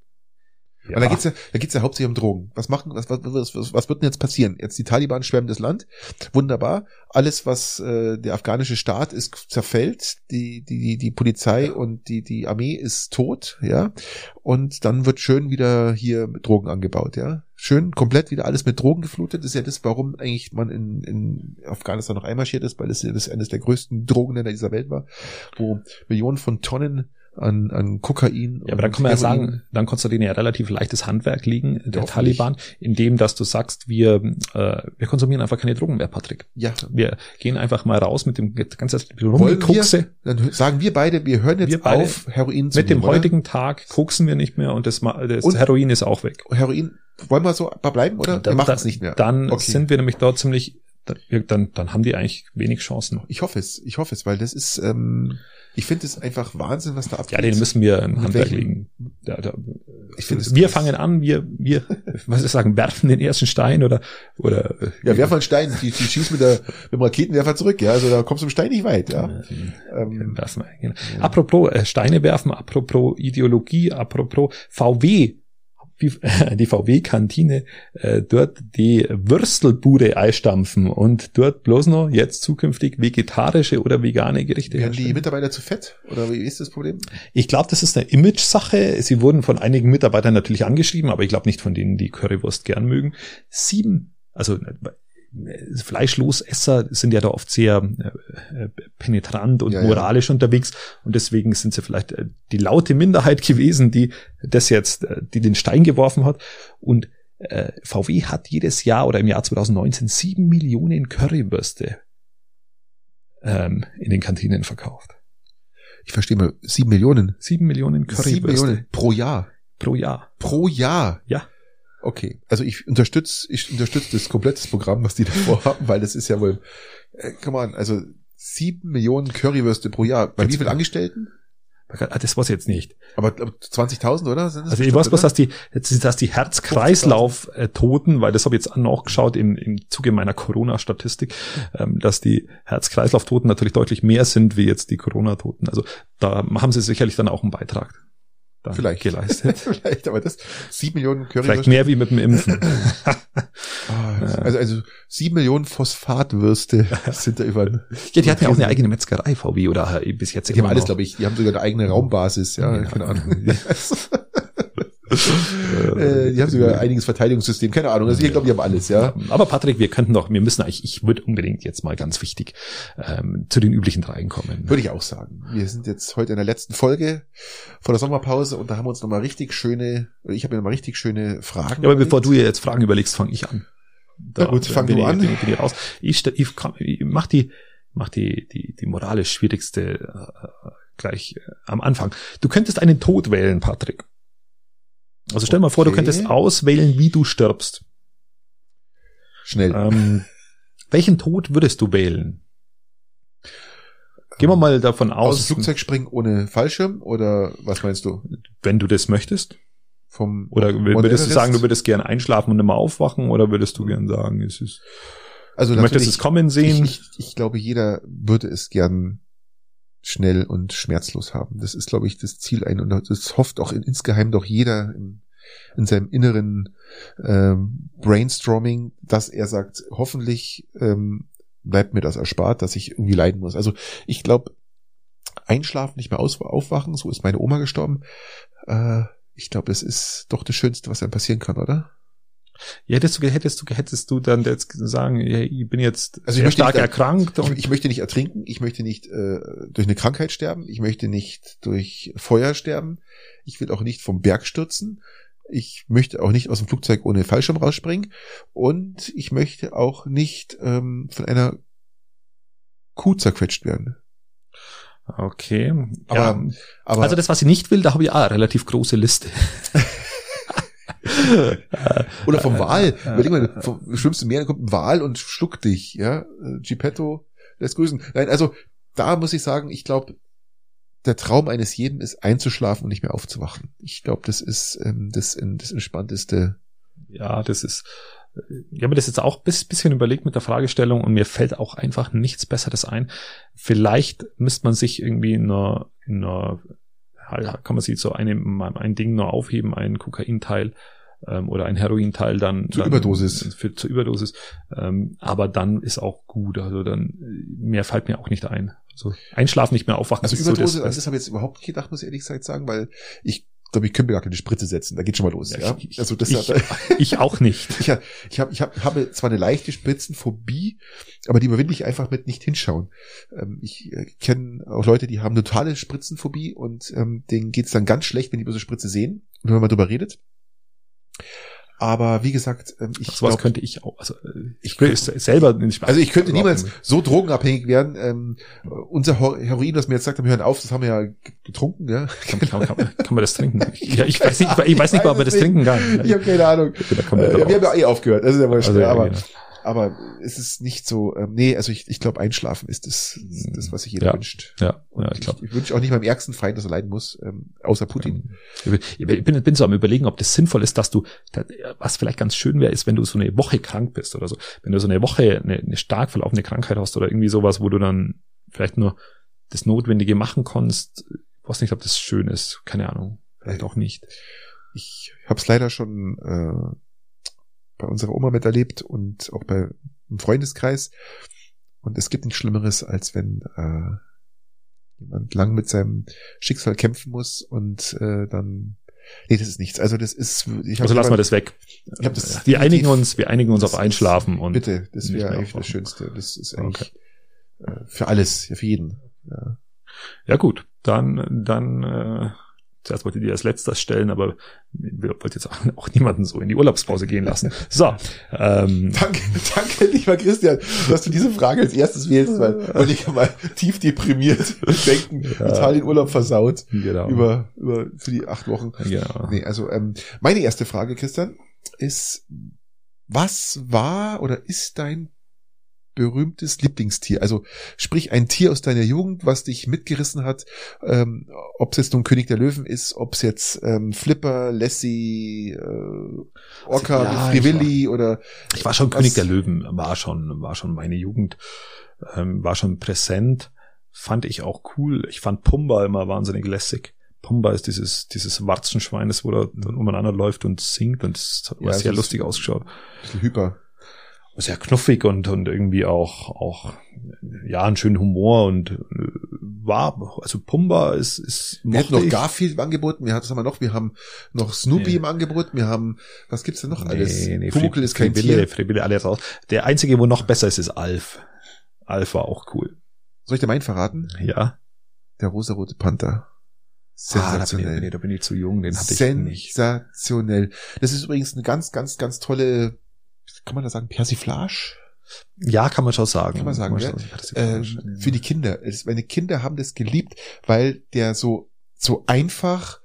Ja. Und da geht's ja hauptsächlich um Drogen. Was wird denn jetzt passieren? Jetzt die Taliban schwemmen das Land. Wunderbar. Alles, was der afghanische Staat ist, zerfällt. Die Polizei und die Armee ist tot, ja. Und dann wird schön wieder hier mit Drogen angebaut, ja. Schön komplett wieder alles mit Drogen geflutet. Das ist ja das, warum eigentlich man in Afghanistan noch einmarschiert ist, weil es ja das eines der größten Drogenländer dieser Welt war, wo Millionen von Tonnen an Kokain. Ja, aber dann kann man ja sagen, dann kannst du denen ja relativ leichtes Handwerk liegen, der ja, Taliban, indem, dass du sagst, wir konsumieren einfach keine Drogen mehr, Patrick. Ja. Wir gehen einfach mal raus mit dem ganzen Rumgekokse. Dann sagen wir beide, wir hören jetzt auf, Heroin zu nehmen. Mit dem oder? Heutigen Tag koksen wir nicht mehr und das Heroin ist auch weg. Heroin, wollen wir so bleiben oder? Wir machen es nicht mehr. Dann sind wir nämlich dort ziemlich, dann haben die eigentlich wenig Chancen. Ich hoffe es, weil das ist, ich finde es einfach Wahnsinn, was da abgeht. Ja, den müssen wir im Handwerk legen. Ich finde wir fangen an, wir, was soll ich sagen, werfen den ersten Stein oder. Ja, werfen einen Stein, die schießen mit dem Raketenwerfer zurück, ja, also da kommst du im Stein nicht weit, ja. Werfen wir, genau. Apropos Steine werfen, apropos Ideologie, apropos VW. Die VW-Kantine, dort die Würstelbude einstampfen und dort bloß noch jetzt zukünftig vegetarische oder vegane Gerichte werden die Mitarbeiter zu fett? Oder wie ist das Problem? Ich glaube, das ist eine Image-Sache. Sie wurden von einigen Mitarbeitern natürlich angeschrieben, aber ich glaube nicht von denen, die Currywurst gern mögen. 7, also Fleischlosesser sind ja da oft sehr penetrant und moralisch unterwegs und deswegen sind sie vielleicht die laute Minderheit gewesen, die den Stein geworfen hat. Und VW hat jedes Jahr oder im Jahr 2019 7 Millionen Currywürste in den Kantinen verkauft. Ich verstehe mal, 7 Millionen? 7 Millionen Currywürste. 7 Millionen pro Jahr? Pro Jahr. Pro Jahr? Ja. Okay, also ich unterstütze das komplette Programm, was die davor haben, weil das ist ja wohl, come on, also 7 Millionen Currywürste pro Jahr. Bei wie vielen Angestellten? Das weiß ich jetzt nicht. Aber 20.000, oder? Also ich weiß bloß, dass die Herz-Kreislauf-Toten, weil das habe ich jetzt nachgeschaut im Zuge meiner Corona-Statistik, dass die Herz-Kreislauf-Toten natürlich deutlich mehr sind wie jetzt die Corona-Toten. Also da haben sie sicherlich dann auch einen Beitrag vielleicht geleistet. Vielleicht, aber das 7 Millionen Currywürste. Vielleicht mehr wie mit dem Impfen. Also 7 Millionen Phosphatwürste sind da über. Ja, die hatten ja auch eine eigene Metzgerei, VW, oder bis jetzt. Die haben alles, glaube ich. Die haben sogar eine eigene Raumbasis, ja, keine Ahnung. Die haben sogar ein einiges Verteidigungssystem, keine Ahnung. Also ich glaube, die haben alles, ja. Aber Patrick, ich würde unbedingt jetzt mal ganz wichtig zu den üblichen dreien kommen. Würde ich auch sagen. Wir sind jetzt heute in der letzten Folge vor der Sommerpause und da haben wir uns nochmal richtig schöne Fragen. Ja, aber bevor du jetzt Fragen überlegst, fange ich an. Na gut, fang du an. Bin ich raus. Ich mach die moralisch schwierigste gleich am Anfang. Du könntest einen Tod wählen, Patrick. Also stell mal vor, du könntest auswählen, wie du stirbst. Schnell. Welchen Tod würdest du wählen? Gehen wir mal davon aus. Aus dem Flugzeug springen ohne Fallschirm oder was meinst du? Wenn du das möchtest. Oder würdest Everest? du sagen, du würdest gern einschlafen und immer aufwachen, oder würdest du gern sagen, du möchtest es kommen sehen? Ich glaube, jeder würde es gern schnell und schmerzlos haben. Das ist, glaube ich, das Ziel und das hofft auch insgeheim doch jeder in seinem inneren Brainstorming, dass er sagt, hoffentlich bleibt mir das erspart, dass ich irgendwie leiden muss. Also ich glaube, einschlafen, nicht mehr aufwachen, so ist meine Oma gestorben. Ich glaube, es ist doch das Schönste, was einem passieren kann, oder? Ja, hättest du dann jetzt sagen, ja, ich bin jetzt sehr stark erkrankt. Ich möchte nicht ertrinken, ich möchte nicht durch eine Krankheit sterben, ich möchte nicht durch Feuer sterben, ich will auch nicht vom Berg stürzen, ich möchte auch nicht aus dem Flugzeug ohne Fallschirm rausspringen und ich möchte auch nicht von einer Kuh zerquetscht werden. Okay. Aber also das, was ich nicht will, da habe ich auch eine relativ große Liste. Oder vom Wal. Überleg mal, vom schwimmst du Meer, dann kommt ein Wal und schluckt dich, ja. Geppetto lässt grüßen. Nein, also da muss ich sagen, ich glaube, der Traum eines jeden ist, einzuschlafen und nicht mehr aufzuwachen. Ich glaube, das ist das Entspannteste. Ja, das ist, ich habe mir das jetzt auch ein bisschen überlegt mit der Fragestellung und mir fällt auch einfach nichts Besseres ein. Vielleicht müsste man sich irgendwie kann man sich so ein Ding nur aufheben, ein Kokainteil oder ein Herointeil dann zur Überdosis. Zur Überdosis. Aber dann ist auch gut. Also dann mehr fällt mir auch nicht ein. Also einschlafen, nicht mehr aufwachen. Also Überdosis, das habe ich jetzt überhaupt nicht gedacht, muss ich ehrlich gesagt sagen, weil ich glaube, ich könnte mir gar keine Spritze setzen. Da geht schon mal los. Ja, also das ich auch nicht. Ich habe zwar eine leichte Spritzenphobie, aber die überwinde ich einfach mit nicht hinschauen. Ich kenne auch Leute, die haben totale Spritzenphobie und denen geht's dann ganz schlecht, wenn die über so Spritze sehen, wenn man mal drüber redet. Aber wie gesagt, ich glaube, könnte ich auch. Also ich will es selber nicht. Also ich könnte niemals so drogenabhängig werden. Unser Heroin, das wir jetzt gesagt haben, hören auf, das haben wir ja getrunken, ja. Kann man das trinken? Ja, ich weiß nicht, ob man das trinken kann. Ich habe keine Ahnung. Wir haben ja eh aufgehört. Das ist ja mal schwer, also, aber es ist nicht so, also ich glaube, einschlafen ist das, was sich jeder wünscht. Ja, ich glaube. Ich wünsche auch nicht meinem ärgsten Feind, dass er leiden muss, außer Putin. Ich bin so am Überlegen, ob das sinnvoll ist, dass du, was vielleicht ganz schön wäre, ist, wenn du so eine Woche krank bist oder so. Wenn du so eine Woche eine stark verlaufende Krankheit hast oder irgendwie sowas, wo du dann vielleicht nur das Notwendige machen kannst. Ich weiß nicht, ob das schön ist. Keine Ahnung. Vielleicht auch nicht. Ich habe es leider schon bei unserer Oma miterlebt und auch bei einem Freundeskreis. Und es gibt nichts Schlimmeres, als wenn jemand lang mit seinem Schicksal kämpfen muss und dann. Nee, das ist nichts. Also das ist. Also lassen wir das weg. Wir einigen uns auf Einschlafen und. Bitte, das wäre eigentlich das Schönste. Das ist eigentlich für alles, für jeden. Ja gut, dann zuerst wollte ich dir als letztes stellen, aber wir wollten jetzt auch niemanden so in die Urlaubspause gehen lassen. So. Danke, lieber Christian, dass du diese Frage als erstes wählst, weil ich mal tief deprimiert denken, Italien Urlaub versaut. Genau. Über für die 8 Wochen. Genau. Nee, also meine erste Frage, Christian, ist, was war oder ist dein berühmtes Lieblingstier? Also sprich ein Tier aus deiner Jugend, was dich mitgerissen hat, ob es jetzt nun König der Löwen ist, ob es jetzt Flipper, Lassie, Orca, Frivilli oder... Ich war schon König der Löwen, war schon meine Jugend, war schon präsent, fand ich auch cool. Ich fand Pumba immer wahnsinnig lässig. Pumba ist dieses Warzenschwein, das wo da umeinander läuft und singt und es hat sehr lustig ausgeschaut. Ein bisschen hyper. Sehr knuffig und irgendwie auch einen schönen Humor und also Pumba ist wir hatten noch Garfield im Angebot, was haben wir noch? Wir haben noch Snoopy im Angebot, wir haben, was gibt's denn noch alles? Pumuckl ist kein Tier. Frivilli, alle raus. Der einzige, wo noch besser ist Alf. Alf war auch cool. Soll ich dir meinen verraten? Ja. Der rosarote Panther. Sensationell. Da bin ich zu jung, den hatte ich nicht. Sensationell. Das ist übrigens eine ganz, ganz, ganz tolle, kann man da sagen, Persiflage? Ja, kann man schon sagen. Kann man sagen, ja. Für die Kinder. Meine Kinder haben das geliebt, weil der so einfach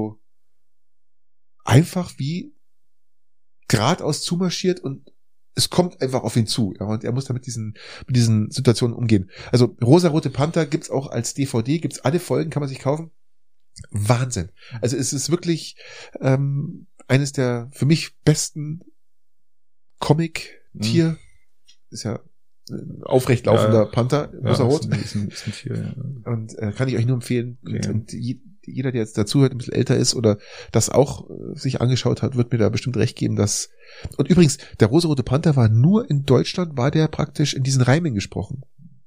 wie geradeaus zumarschiert und es kommt einfach auf ihn zu. Ja, und er muss da mit diesen Situationen umgehen. Also Rosarote Panther gibt's auch als DVD, gibt's alle Folgen, kann man sich kaufen. Wahnsinn. Also es ist wirklich eines der für mich besten Comic-Tier. Ist ja ein aufrecht laufender Panther, rosarot. Ist ein Tier, ja. Und kann ich euch nur empfehlen. Okay. Und jeder, der jetzt dazuhört, ein bisschen älter ist oder das auch sich angeschaut hat, wird mir da bestimmt recht geben, dass... Und übrigens, der rosarote Panther war nur in Deutschland, war der praktisch in diesen Reimen gesprochen.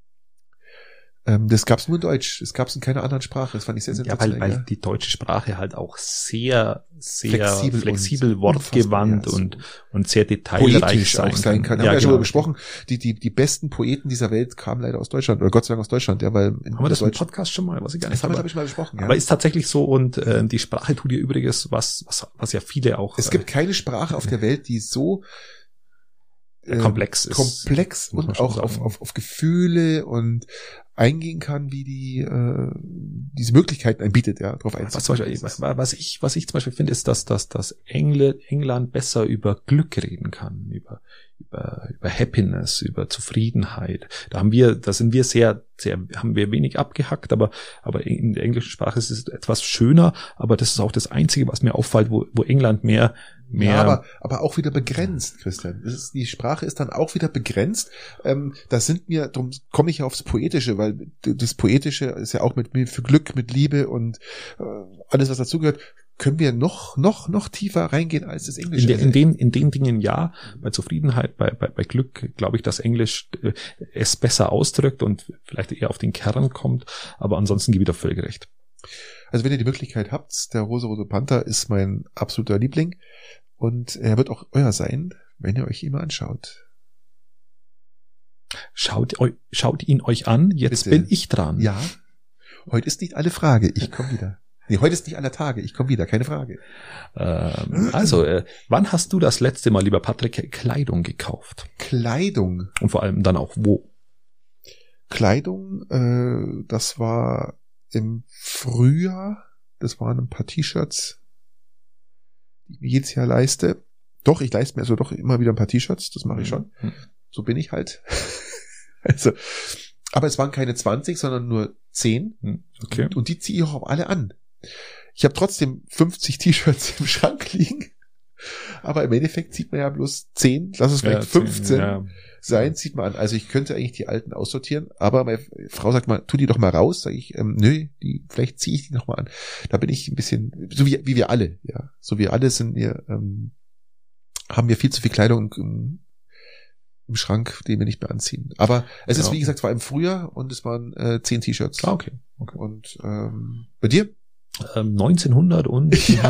Das gab's nur in Deutsch. Das gab's in keiner anderen Sprache. Das fand ich sehr sensationell. Ja, weil die deutsche Sprache halt auch sehr flexibel wortgewandt und sehr detailreich sein kann. Haben wir ja schon mal besprochen. Die besten Poeten dieser Welt kamen leider aus Deutschland. Oder Gott sei Dank aus Deutschland. Ja, weil haben wir das im Podcast schon mal? Was ich gar nicht. Das haben wir, glaube ich, mal besprochen. Ja. Aber ist tatsächlich so und die Sprache tut ihr Übriges, was ja viele auch... Es gibt keine Sprache auf der Welt, die so komplex ist. Komplex und auch auf Gefühle und eingehen kann, wie diese Möglichkeiten einem bietet, ja, darauf einzugehen. Was ich zum Beispiel finde, ist, dass England besser über Glück reden kann, über Happiness, über Zufriedenheit. Da sind wir haben wir wenig abgehackt, aber in der englischen Sprache ist es etwas schöner, aber das ist auch das Einzige, was mir auffällt, wo England mehr. Ja, aber auch wieder begrenzt, Christian. Die Sprache ist dann auch wieder begrenzt. Darum komme ich ja aufs Poetische, weil das Poetische ist ja auch mit für Glück, mit Liebe und alles, was dazugehört. Können wir noch tiefer reingehen als das Englische? In den Dingen ja. Bei Zufriedenheit, bei Glück glaube ich, dass Englisch es besser ausdrückt und vielleicht eher auf den Kern kommt. Aber ansonsten gebe ich da völlig recht. Also wenn ihr die Möglichkeit habt, der Rosa-Rote Panther ist mein absoluter Liebling und er wird auch euer sein, wenn ihr euch ihn mal anschaut. Schaut ihn euch an, jetzt Bitte. Bin ich dran. Ja, heute ist nicht alle Frage, ich komme wieder. Nee, heute ist nicht aller Tage, ich komme wieder, keine Frage. Wann hast du das letzte Mal, lieber Patrick, Kleidung gekauft? Kleidung? Und vor allem dann auch wo? Kleidung, das war im Frühjahr, das waren ein paar T-Shirts, die ich mir jedes Jahr leiste. Doch, ich leiste mir also doch immer wieder ein paar T-Shirts, das mache ich schon. So bin ich halt. Also, aber es waren keine 20, sondern nur 10. Okay. Und die ziehe ich auch alle an. Ich habe trotzdem 50 T-Shirts im Schrank liegen, aber im Endeffekt zieht man ja bloß 10, lass es vielleicht 15 sein, zieht man an. Also ich könnte eigentlich die alten aussortieren, aber meine Frau sagt mal, tu die doch mal raus, sage ich, nö, vielleicht ziehe ich die noch mal an. Da bin ich ein bisschen, so wie wir alle, ja, so wie alle sind wir, haben wir viel zu viel Kleidung im Schrank, den wir nicht mehr anziehen. Aber es ist, wie gesagt, es war im Frühjahr und es waren 10 T-Shirts. Ah, okay. Und bei dir? 1900 und ja,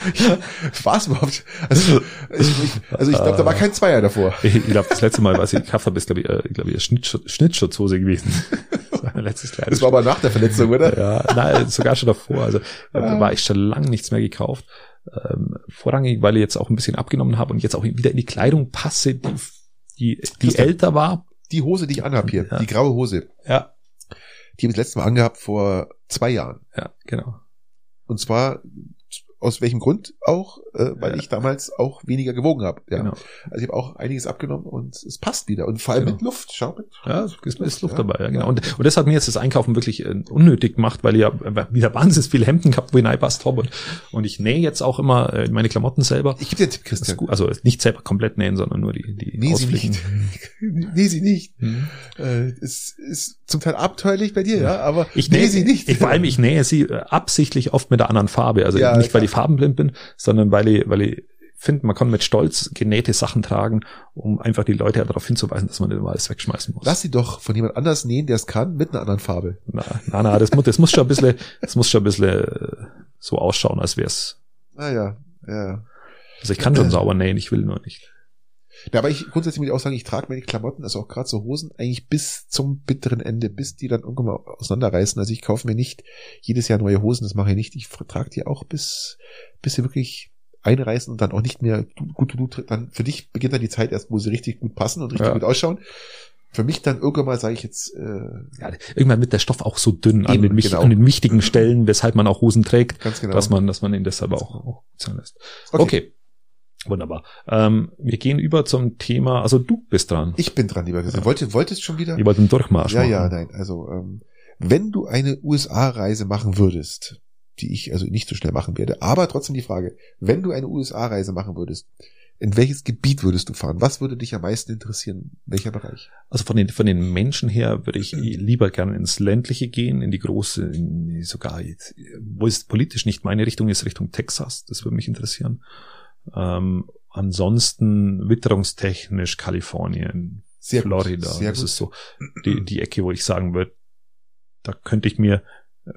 war es überhaupt? Also ich glaube, da war kein Zweier davor. Ich glaube, das letzte Mal, was ich gekauft habe, ist glaube ich Schnittschutzhose gewesen. Das war mein letztes Kleid. Das war aber nach der Verletzung, oder? Ja, nein, sogar schon davor. Also da war ich schon lange nichts mehr gekauft. Vorrangig, weil ich jetzt auch ein bisschen abgenommen habe und jetzt auch wieder in die Kleidung passe, die älter war. Die Hose, die ich anhab hier, die graue Hose. Ja. Die habe ich das letzte Mal angehabt vor 2 Jahren. Ja, genau. Und zwar aus welchem Grund auch, weil ich damals auch weniger gewogen habe. Ja. Genau. Also ich habe auch einiges abgenommen und es passt wieder. Und vor allem mit Luft. Schau mit. Ja, es ist Luft dabei. Ja, genau. Und das hat mir jetzt das Einkaufen wirklich unnötig gemacht, weil ich ja wieder wahnsinnig viele Hemden gehabt, wo ich reinpasst habe. Und ich nähe jetzt auch immer meine Klamotten selber. Ich gebe dir einen Tipp, Christian. Also nicht selber komplett nähen, sondern nur die Ausflicken. Nee, sie nicht. Es ist zum Teil abenteuerlich bei dir, ja, aber ich nähe sie nicht. Vor allem, ich nähe sie absichtlich oft mit einer anderen Farbe. Also nicht, weil ich farbenblind bin, sondern weil ich finde, man kann mit Stolz genähte Sachen tragen, um einfach die Leute darauf hinzuweisen, dass man nicht immer alles wegschmeißen muss. Lass sie doch von jemand anders nähen, der es kann, mit einer anderen Farbe. Na, das muss schon ein bisschen so ausschauen, als wär's. Ja. Also ich kann schon sauber nähen, ich will nur nicht. Ja, aber grundsätzlich muss ich auch sagen, ich trage meine Klamotten, also auch gerade so Hosen, eigentlich bis zum bitteren Ende, bis die dann irgendwann mal auseinanderreißen. Also ich kaufe mir nicht jedes Jahr neue Hosen, das mache ich nicht. Ich trage die auch bis sie wirklich einreißen und dann auch nicht mehr dann für dich beginnt dann die Zeit erst, wo sie richtig gut passen und richtig gut ausschauen. Für mich dann irgendwann mal sage ich jetzt irgendwann wird der Stoff auch so dünn an den wichtigen Stellen, weshalb man auch Hosen trägt, dass man ihn deshalb auch sein lässt. Okay. Wunderbar. Wir gehen über zum Thema, also du bist dran. Ich bin dran, lieber Christian. Wolltest schon wieder? Ich wollte einen Durchmarsch machen. Ja, nein. Also, wenn du eine USA-Reise machen würdest, die ich also nicht so schnell machen werde, aber trotzdem die Frage, wenn du eine USA-Reise machen würdest, in welches Gebiet würdest du fahren? Was würde dich am meisten interessieren? Welcher Bereich? Also von den Menschen her würde ich lieber gerne ins Ländliche gehen, in die große, sogar, wo es politisch nicht meine Richtung ist, Richtung Texas. Das würde mich interessieren. Ansonsten witterungstechnisch Kalifornien, sehr Florida, gut, sehr das gut. ist so die Ecke, wo ich sagen würde, da könnte ich mir,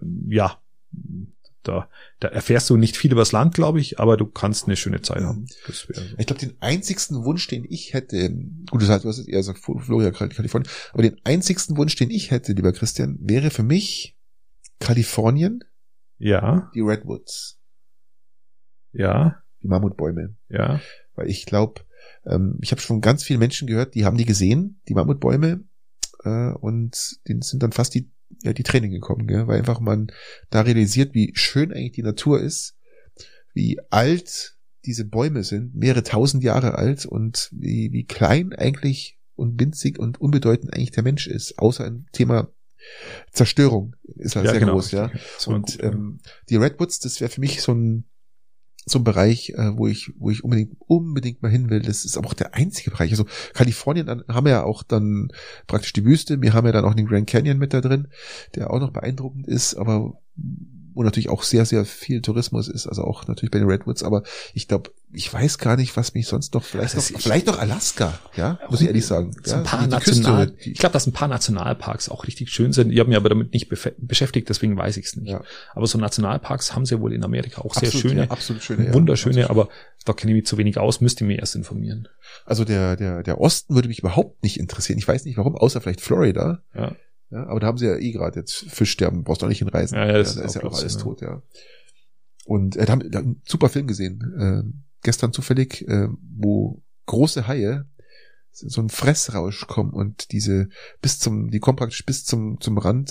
da erfährst du nicht viel über das Land, glaube ich, aber du kannst eine schöne Zeit haben. Das wäre so. Ich glaube, den einzigsten Wunsch, den ich hätte, gut, du hast jetzt eher gesagt Florida, Kalifornien, aber den einzigsten Wunsch, den ich hätte, lieber Christian, wäre für mich Kalifornien, die Redwoods. Ja. Die Mammutbäume. Ja. Weil ich glaube, ich habe schon ganz viele Menschen gehört, die haben die gesehen, die Mammutbäume, und denen sind dann fast die die Tränen gekommen, gell? Weil einfach man da realisiert, wie schön eigentlich die Natur ist, wie alt diese Bäume sind, mehrere tausend Jahre alt und wie klein eigentlich und winzig und unbedeutend eigentlich der Mensch ist, außer im Thema Zerstörung ist halt sehr groß, ja. Und die Redwoods, das wäre für mich so ein Bereich, wo ich unbedingt mal hin will. Das ist aber auch der einzige Bereich. Also Kalifornien, dann haben wir ja auch dann praktisch die Wüste. Wir haben ja dann auch den Grand Canyon mit da drin, der auch noch beeindruckend ist, aber wo natürlich auch sehr, sehr viel Tourismus ist, also auch natürlich bei den Redwoods, aber ich glaube, ich weiß gar nicht, was mich sonst noch, vielleicht noch Alaska, ja, muss ich ehrlich sagen. So ein paar ich glaube, dass ein paar Nationalparks auch richtig schön sind. Ich habe mich aber damit nicht beschäftigt, deswegen weiß ich es nicht. Ja. Aber so Nationalparks haben sie wohl in Amerika auch sehr schöne, ja, absolut schöne, wunderschöne, ja, aber da kenne ich mich zu wenig aus, müsste ich mich erst informieren. Also der Osten würde mich überhaupt nicht interessieren. Ich weiß nicht warum, außer vielleicht Florida. Ja. Ja, aber da haben sie ja gerade jetzt Fischsterben, brauchst du auch nicht hinreisen. Ja, da ist ja auch alles tot, ja. Und da haben einen super Film gesehen, gestern zufällig, wo große Haie so ein Fressrausch kommen und die kommen praktisch bis zum Rand,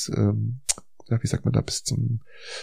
wie sagt man da, bis zum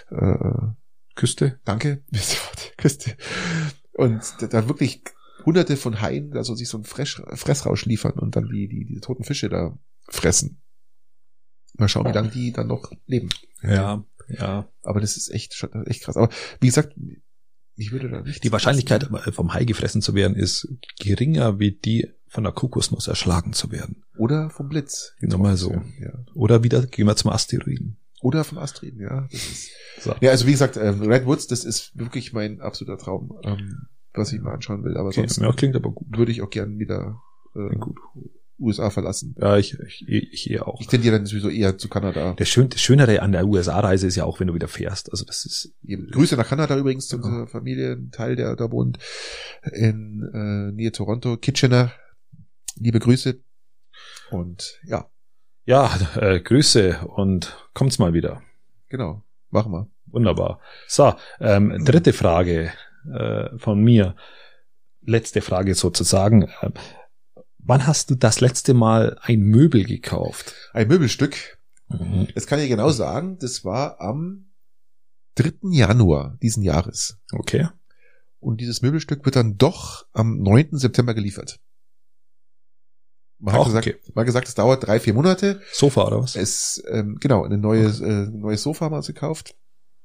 Küste. Danke, bis zur Küste. Und da wirklich hunderte von Haien, also sich so einen Fressrausch liefern und dann die toten Fische da fressen. Mal schauen, wie lange die dann noch leben. Ja. Aber das ist echt krass. Aber wie gesagt, ich würde da nicht. Die Wahrscheinlichkeit, vom Hai gefressen zu werden, ist geringer, wie die von der Kokosnuss erschlagen zu werden. Oder vom Blitz. Nochmal so. Ja. Oder gehen wir zum Asteroiden. Oder vom Asteroiden, ja. Das ist, so. Ja, also wie gesagt, Redwoods, das ist wirklich mein absoluter Traum, was ich mal anschauen will. Aber sonst klingt aber gut. Würde ich auch gern wieder gut. USA verlassen. Ja, ich eher auch. Ich tendiere dann sowieso eher zu Kanada. Das Schönere an der USA-Reise ist ja auch, wenn du wieder fährst. Also das ist Grüße nach Kanada übrigens zu unserer Familie, ein Teil, der da wohnt, in Nähe Toronto, Kitchener. Liebe Grüße. Und ja. Ja, Grüße und kommt's mal wieder. Genau, machen wir. Wunderbar. So, dritte Frage von mir. Letzte Frage sozusagen. Wann hast du das letzte Mal ein Möbel gekauft? Ein Möbelstück? Mhm. Das kann ich genau sagen. Das war am 3. Januar diesen Jahres. Okay. Und dieses Möbelstück wird dann doch am 9. September geliefert. Man hat gesagt, es dauert 3-4 Monate. Sofa oder was? Genau, ein neues Sofa haben wir uns gekauft.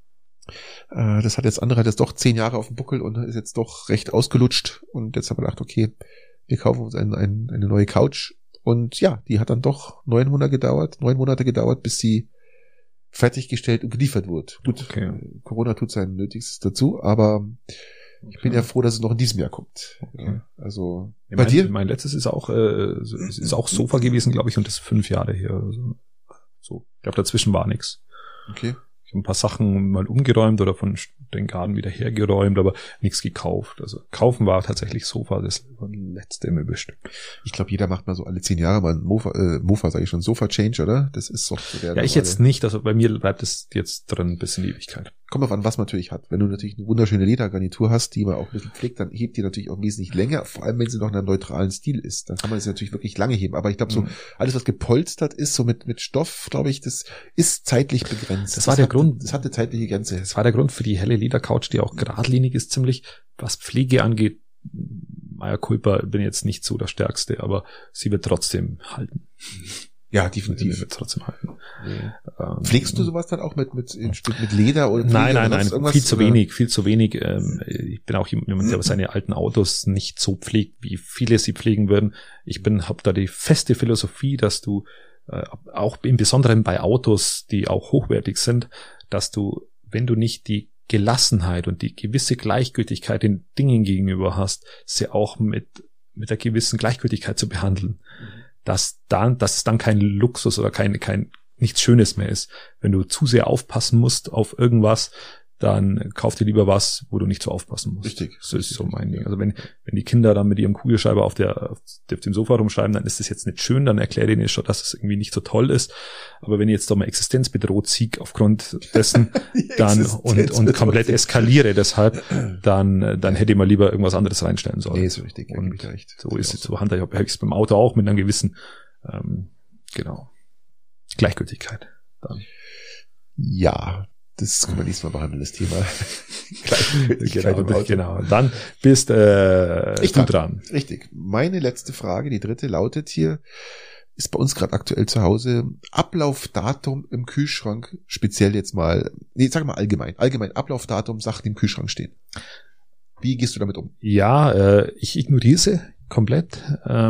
Das hat jetzt doch 10 Jahre auf dem Buckel und ist jetzt doch recht ausgelutscht. Und jetzt haben wir gedacht, okay, wir kaufen uns eine neue Couch. Und ja, die hat dann doch 9 Monate gedauert, bis sie fertiggestellt und geliefert wurde. Gut, okay. Corona tut sein Nötigstes dazu, aber ich bin ja froh, dass es noch in diesem Jahr kommt. Okay. Ja, also bei dir? Mein letztes ist auch Sofa gewesen, glaube ich, und das ist 5 Jahre her. Oder so. Ich glaube, dazwischen war nichts. Okay. Ich habe ein paar Sachen mal umgeräumt oder von den Garten wieder hergeräumt, aber nichts gekauft. Also kaufen war tatsächlich Sofa, das letzte Möbelstück. Ich glaube, jeder macht mal so alle 10 Jahre mal ein Mofa, sage ich schon, Sofa-Change, oder? Das ist doch so der. Ja, ich jetzt nicht. Also bei mir bleibt es jetzt drin bis in die Ewigkeit. Kommt auf an, was man natürlich hat. Wenn du natürlich eine wunderschöne Ledergarnitur hast, die man auch ein bisschen pflegt, dann hebt die natürlich auch wesentlich länger, vor allem wenn sie noch in einem neutralen Stil ist. Dann kann man das natürlich wirklich lange heben. Aber ich glaube, so alles, was gepolstert ist, so mit Stoff, glaube ich, das ist zeitlich begrenzt. Das war der Grund. Das hat eine zeitliche Grenze. Das war der Grund für die helle Ledercouch, die auch geradlinig ist ziemlich. Was Pflege angeht, Mea culpa, bin jetzt nicht so der Stärkste, aber sie wird trotzdem halten. Ja, definitiv. Sie wird trotzdem halten. Ja. Pflegst du sowas dann auch mit Leder oder Nein, viel zu wenig. Ich bin auch jemand, der seine alten Autos nicht so pflegt, wie viele sie pflegen würden. Habe da die feste Philosophie, dass du auch im Besonderen bei Autos, die auch hochwertig sind, dass du, wenn du nicht die Gelassenheit und die gewisse Gleichgültigkeit den Dingen gegenüber hast, sie auch mit einer gewissen Gleichgültigkeit zu behandeln. Dass es dann kein Luxus oder nichts Schönes mehr ist. Wenn du zu sehr aufpassen musst auf irgendwas, dann kauf dir lieber was, wo du nicht so aufpassen musst. Richtig. Das ist so mein Ding. Also wenn die Kinder dann mit ihrem Kugelschreiber auf dem Sofa rumschreiben, dann ist das jetzt nicht schön, dann erkläre denen schon, dass es irgendwie nicht so toll ist. Aber wenn ich jetzt doch mal existenzbedroht sieg aufgrund dessen, dann und komplett eskaliere deshalb, dann hätte ich mal lieber irgendwas anderes reinstellen sollen. Nee, ist richtig. Und so ist es, so handhabe ich es beim Auto auch mit einem gewissen, genau. Gleichgültigkeit. Dann. Ja, das können wir nächstes Mal behandeln, das Thema. Genau. Dann bist du dran. Richtig. Meine letzte Frage, die dritte, lautet hier, ist bei uns gerade aktuell zu Hause Ablaufdatum im Kühlschrank, speziell jetzt mal, sag mal allgemein Ablaufdatum, Sachen, die im Kühlschrank stehen. Wie gehst du damit um? Ja, ich ignoriere sie komplett.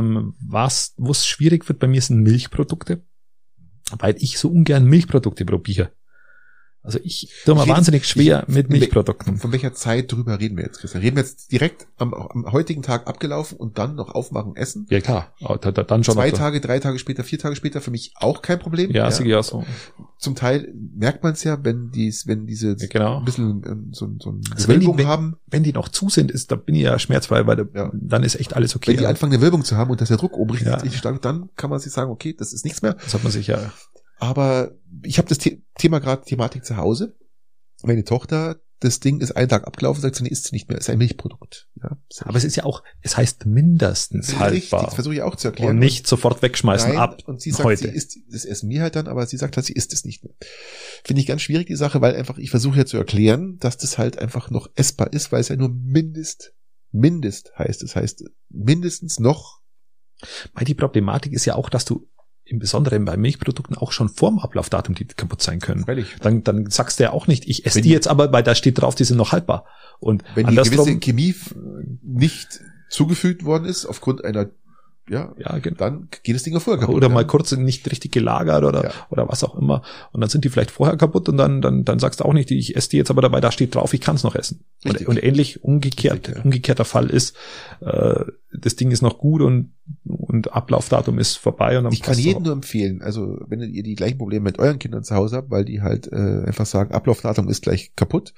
Wo es schwierig wird bei mir sind Milchprodukte, weil ich so ungern Milchprodukte probiere. Also ich tue mir wahnsinnig schwer mit Milchprodukten. Von welcher Zeit drüber reden wir jetzt, Christian? Reden wir jetzt direkt am heutigen Tag abgelaufen und dann noch aufmachen, essen? Ja klar, dann schon. 2 Tage, 3 Tage später, 4 Tage später, für mich auch kein Problem. Ja, ja so. Zum Teil merkt man es ja, wenn diese ein bisschen so also Wölbung haben. Wenn die noch zu sind, da bin ich ja schmerzfrei, weil dann ist echt alles okay. Wenn die anfangen, eine Wölbung zu haben und dass der Druck oben richtig stark, dann kann man sich sagen, okay, das ist nichts mehr. Das hat man sich ja. Aber ich habe das Thematik zu Hause. Meine Tochter, das Ding ist 1 Tag abgelaufen, sagt sie, nee, ist es nicht mehr, ist ein Milchprodukt. Ja, aber es ist ja auch, es heißt mindestens haltbar. Richtig, das versuche ich auch zu erklären. Und nicht sofort wegschmeißen. Nein, und sie sagt, heute. Sie isst, das essen wir halt dann, aber sie sagt halt, sie isst es nicht mehr. Finde ich ganz schwierig, die Sache, weil einfach, ich versuche ja zu erklären, dass das halt einfach noch essbar ist, weil es ja nur Mindest heißt. Das heißt, mindestens noch. Weil die Problematik ist ja auch, dass du im Besonderen bei Milchprodukten auch schon vorm Ablaufdatum die kaputt sein können. Dann sagst du ja auch nicht, ich esse die jetzt aber, weil da steht drauf, die sind noch haltbar. Und wenn die gewisse Chemie nicht zugefügt worden ist, aufgrund einer, genau. Dann geht das Ding auch vorher kaputt. Oder mal kurz nicht richtig gelagert oder was auch immer. Und dann sind die vielleicht vorher kaputt und dann sagst du auch nicht, ich esse die jetzt aber dabei, da steht drauf, ich kann es noch essen. Und ähnlich umgekehrter Fall ist, das Ding ist noch gut und Ablaufdatum ist vorbei. Und dann ich kann jedem nur empfehlen, also wenn ihr die gleichen Probleme mit euren Kindern zu Hause habt, weil die halt einfach sagen, Ablaufdatum ist gleich kaputt,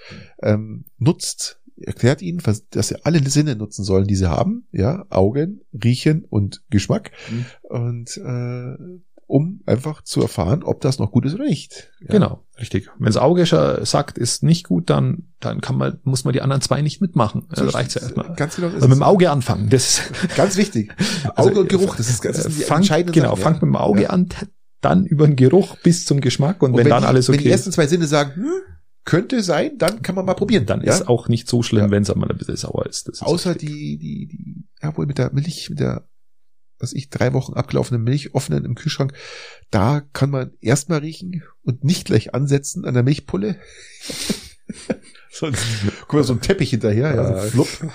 erklärt ihnen, dass sie alle Sinne nutzen sollen, die sie haben, ja, Augen, Riechen und Geschmack, und um einfach zu erfahren, ob das noch gut ist oder nicht. Ja. Genau, richtig. Wenn das Auge schon sagt, ist nicht gut, dann muss man die anderen 2 nicht mitmachen. So reicht's ja erstmal. Ganz genau. Also mit dem Auge anfangen. Das ist ganz wichtig. Auge und Geruch, das ist die entscheidende Sache. Fangt mit dem Auge an, dann über den Geruch bis zum Geschmack und wenn dann alles okay ist. Wenn die ersten 2 Sinne sagen, könnte sein, dann kann man mal probieren. Dann ist auch nicht so schlimm, wenn es einmal ein bisschen sauer ist. Das ist außer wohl mit der Milch, mit der 3 Wochen abgelaufene Milch offenen im Kühlschrank, da kann man erstmal riechen und nicht gleich ansetzen an der Milchpulle. Sonst guck mal, so ein Teppich hinterher, so flupp.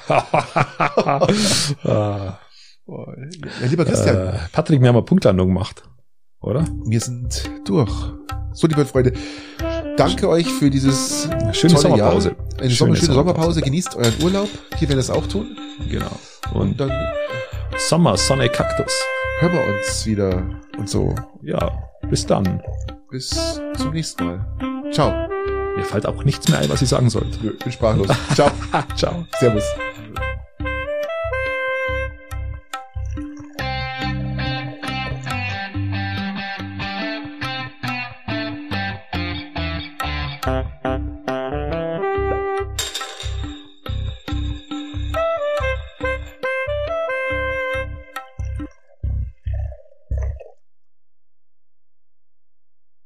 Ja, lieber Christian. Patrick, wir haben eine Punktlandung gemacht, oder? Wir sind durch. So, liebe Freunde, danke euch für dieses schöne Sommerpause. Jahr. Eine schöne Sommerpause. Genießt euren Urlaub. Wir werden das auch tun. Genau. Und dann Sommer, Sonne, Kaktus. Hören wir uns wieder und so. Ja, bis dann. Bis zum nächsten Mal. Ciao. Mir fällt auch nichts mehr ein, was ich sagen sollte. Nö, bin sprachlos. Ciao. Ciao. Servus.